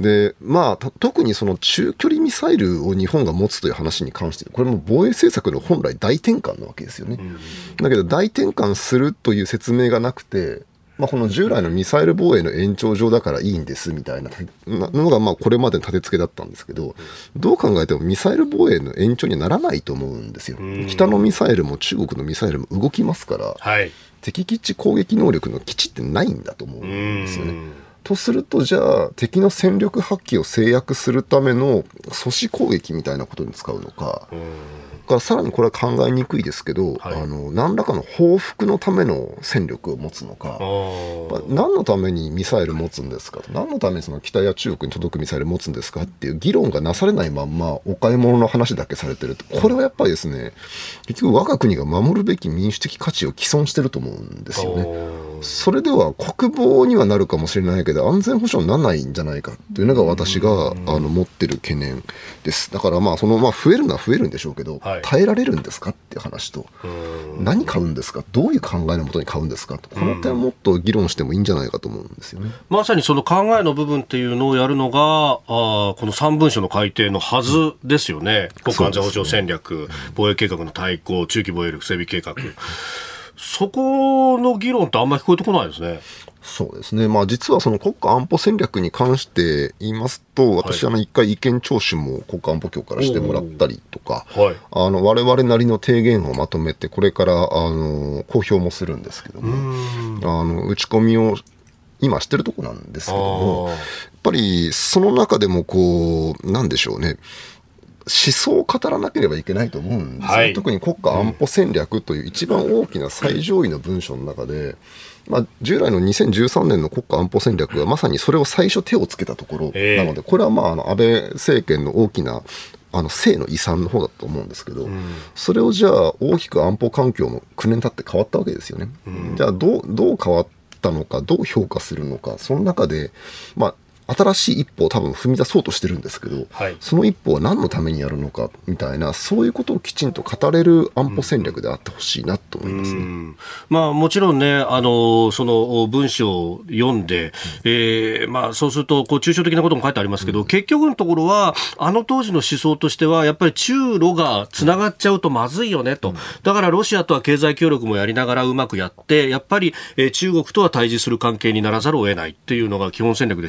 で、まあ、特にその中距離ミサイルを日本が持つという話に関してこれも防衛政策の本来大転換なわけですよね。うん、だけど大転換するという説明がなくて、まあ、この従来のミサイル防衛の延長上だからいいんですみたいなのがまあこれまでの立て付けだったんですけど、どう考えてもミサイル防衛の延長にはならないと思うんですよ。北のミサイルも中国のミサイルも動きますから、はい、敵基地攻撃能力の基地ってないんだと思うんですよね。とするとじゃあ敵の戦力発揮を制約するための阻止攻撃みたいなことに使うのか、からさらにこれは考えにくいですけど、はい、あの何らかの報復のための戦力を持つのか、何のためにミサイル持つんですかと、何のためにその北や中国に届くミサイル持つんですかっていう議論がなされないまんまお買い物の話だけされてる。これはやっぱりですね、結局我が国が守るべき民主的価値を毀損してると思うんですよね。それでは国防にはなるかもしれないけど安全保障にならないんじゃないかというのが私があの持ってる懸念です。だからまあそのまあ増えるのは増えるんでしょうけど、はい、耐えられるんですかっていう話と、何買うんですか、どういう考えのもとに買うんですかと、この点もっと議論してもいいんじゃないかと思うんですよね。 まさにその考えの部分っていうのをやるのがあこのさん文書の改定のはずですよね。国家安全保障戦略、防衛計画の大綱、中期防衛力整備計画、そこの議論ってあんまり聞こえてこないですね。 そうですね。まあ実はその国家安保戦略に関して言いますと、私は一回意見聴取も国家安保庁からしてもらったりとか、はい、あの我々なりの提言をまとめてこれからあの公表もするんですけども、あの打ち込みを今してるとこなんですけども、やっぱりその中でもこうなんでしょうね。思想を語らなければいけないと思うんですよ、はい、特に国家安保戦略という一番大きな最上位の文書の中で、まあ、従来のにせんじゅうさんねんの国家安保戦略はまさにそれを最初手をつけたところなので、これはまああの安倍政権の大きなあの性の遺産の方だと思うんですけど、うん、それをじゃあ大きく安保環境もきゅうねん経って変わったわけですよね、うん、じゃあどう、どう変わったのか、どう評価するのか、その中でまあ新しい一歩を多分踏み出そうとしてるんですけど、はい、その一歩は何のためにやるのかみたいな、そういうことをきちんと語れる安保戦略であってほしいなと思いますね。うん、 まあ、もちろんね、あのその文章を読んで、うんえーまあ、そうするとこう抽象的なことも書いてありますけど、うん、結局のところはあの当時の思想としてはやっぱり中ロがつながっちゃうとまずいよねと、うん、だからロシアとは経済協力もやりながらうまくやってやっぱり、えー、中国とは対峙する関係にならざるを得ないっていうのが基本戦略でしたけど、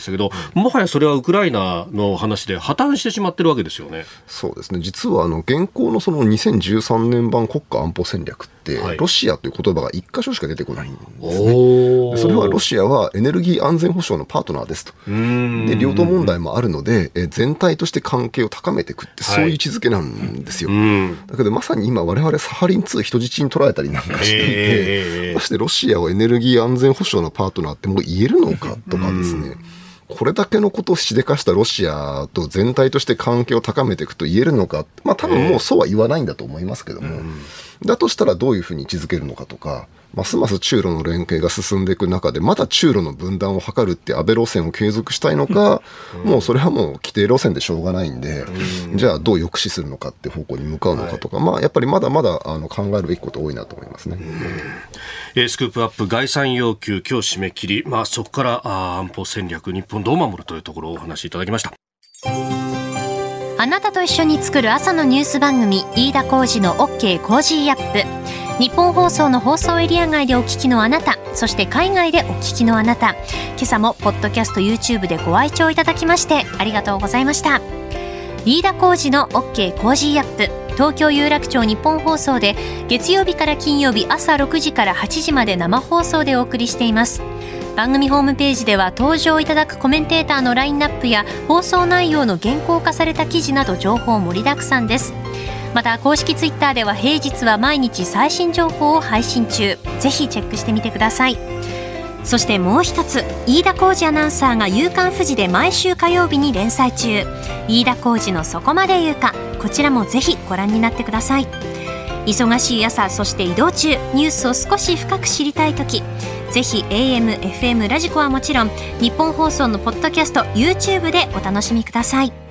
もはやそれはウクライナの話で破綻してしまってるわけですよね。 そうですね。実はあの現行のそのにせんじゅうさんねん版国家安保戦略って、はい、ロシアという言葉が一箇所しか出てこないんですね。それはロシアはエネルギー安全保障のパートナーですと。で、領土問題もあるので、え全体として関係を高めていくって、そういう位置づけなんですよ。はい、だけどまさに今我々サハリンツー人質に取られたりなんかしていて、ましてロシアをエネルギー安全保障のパートナーってもう言えるのかとかですね。これだけのことをしでかしたロシアと全体として関係を高めていくと言えるのか、まあ多分もうそうは言わないんだと思いますけども、だとしたらどういうふうに位置づけるのかとか、ますます中ロの連携が進んでいく中でまだ中ロの分断を図るって安倍路線を継続したいのか、もうそれはもう規定路線でしょうがないんで、じゃあどう抑止するのかって方向に向かうのかとか、まあやっぱりまだまだあの考えるべきこと多いなと思いますね。 えー、スクープアップ概算要求今日締め切り、まあ、そこからあ安保戦略日本どう守るというところをお話しいただきました。 あなたと一緒に作る朝のニュース番組飯田浩司の OK コージーアップ。日本放送の放送エリア外でお聞きのあなた、そして海外でお聞きのあなた、今朝もポッドキャスト YouTube でご愛聴いただきましてありがとうございました。飯田浩司の OK コージーアップ、東京有楽町日本放送で月曜日から金曜日朝ろくじからはちじまで生放送でお送りしています。番組ホームページでは登場いただくコメンテーターのラインナップや放送内容の原稿化された記事など情報盛りだくさんです。また公式ツイッターでは平日は毎日最新情報を配信中、ぜひチェックしてみてください。そしてもう一つ、飯田浩司アナウンサーが夕刊フジで毎週火曜日に連載中、飯田浩司のそこまで言うか、こちらもぜひご覧になってください。忙しい朝、そして移動中、ニュースを少し深く知りたいとき、ぜひ エーエム、エフエム ラジコはもちろん日本放送のポッドキャスト YouTube でお楽しみください。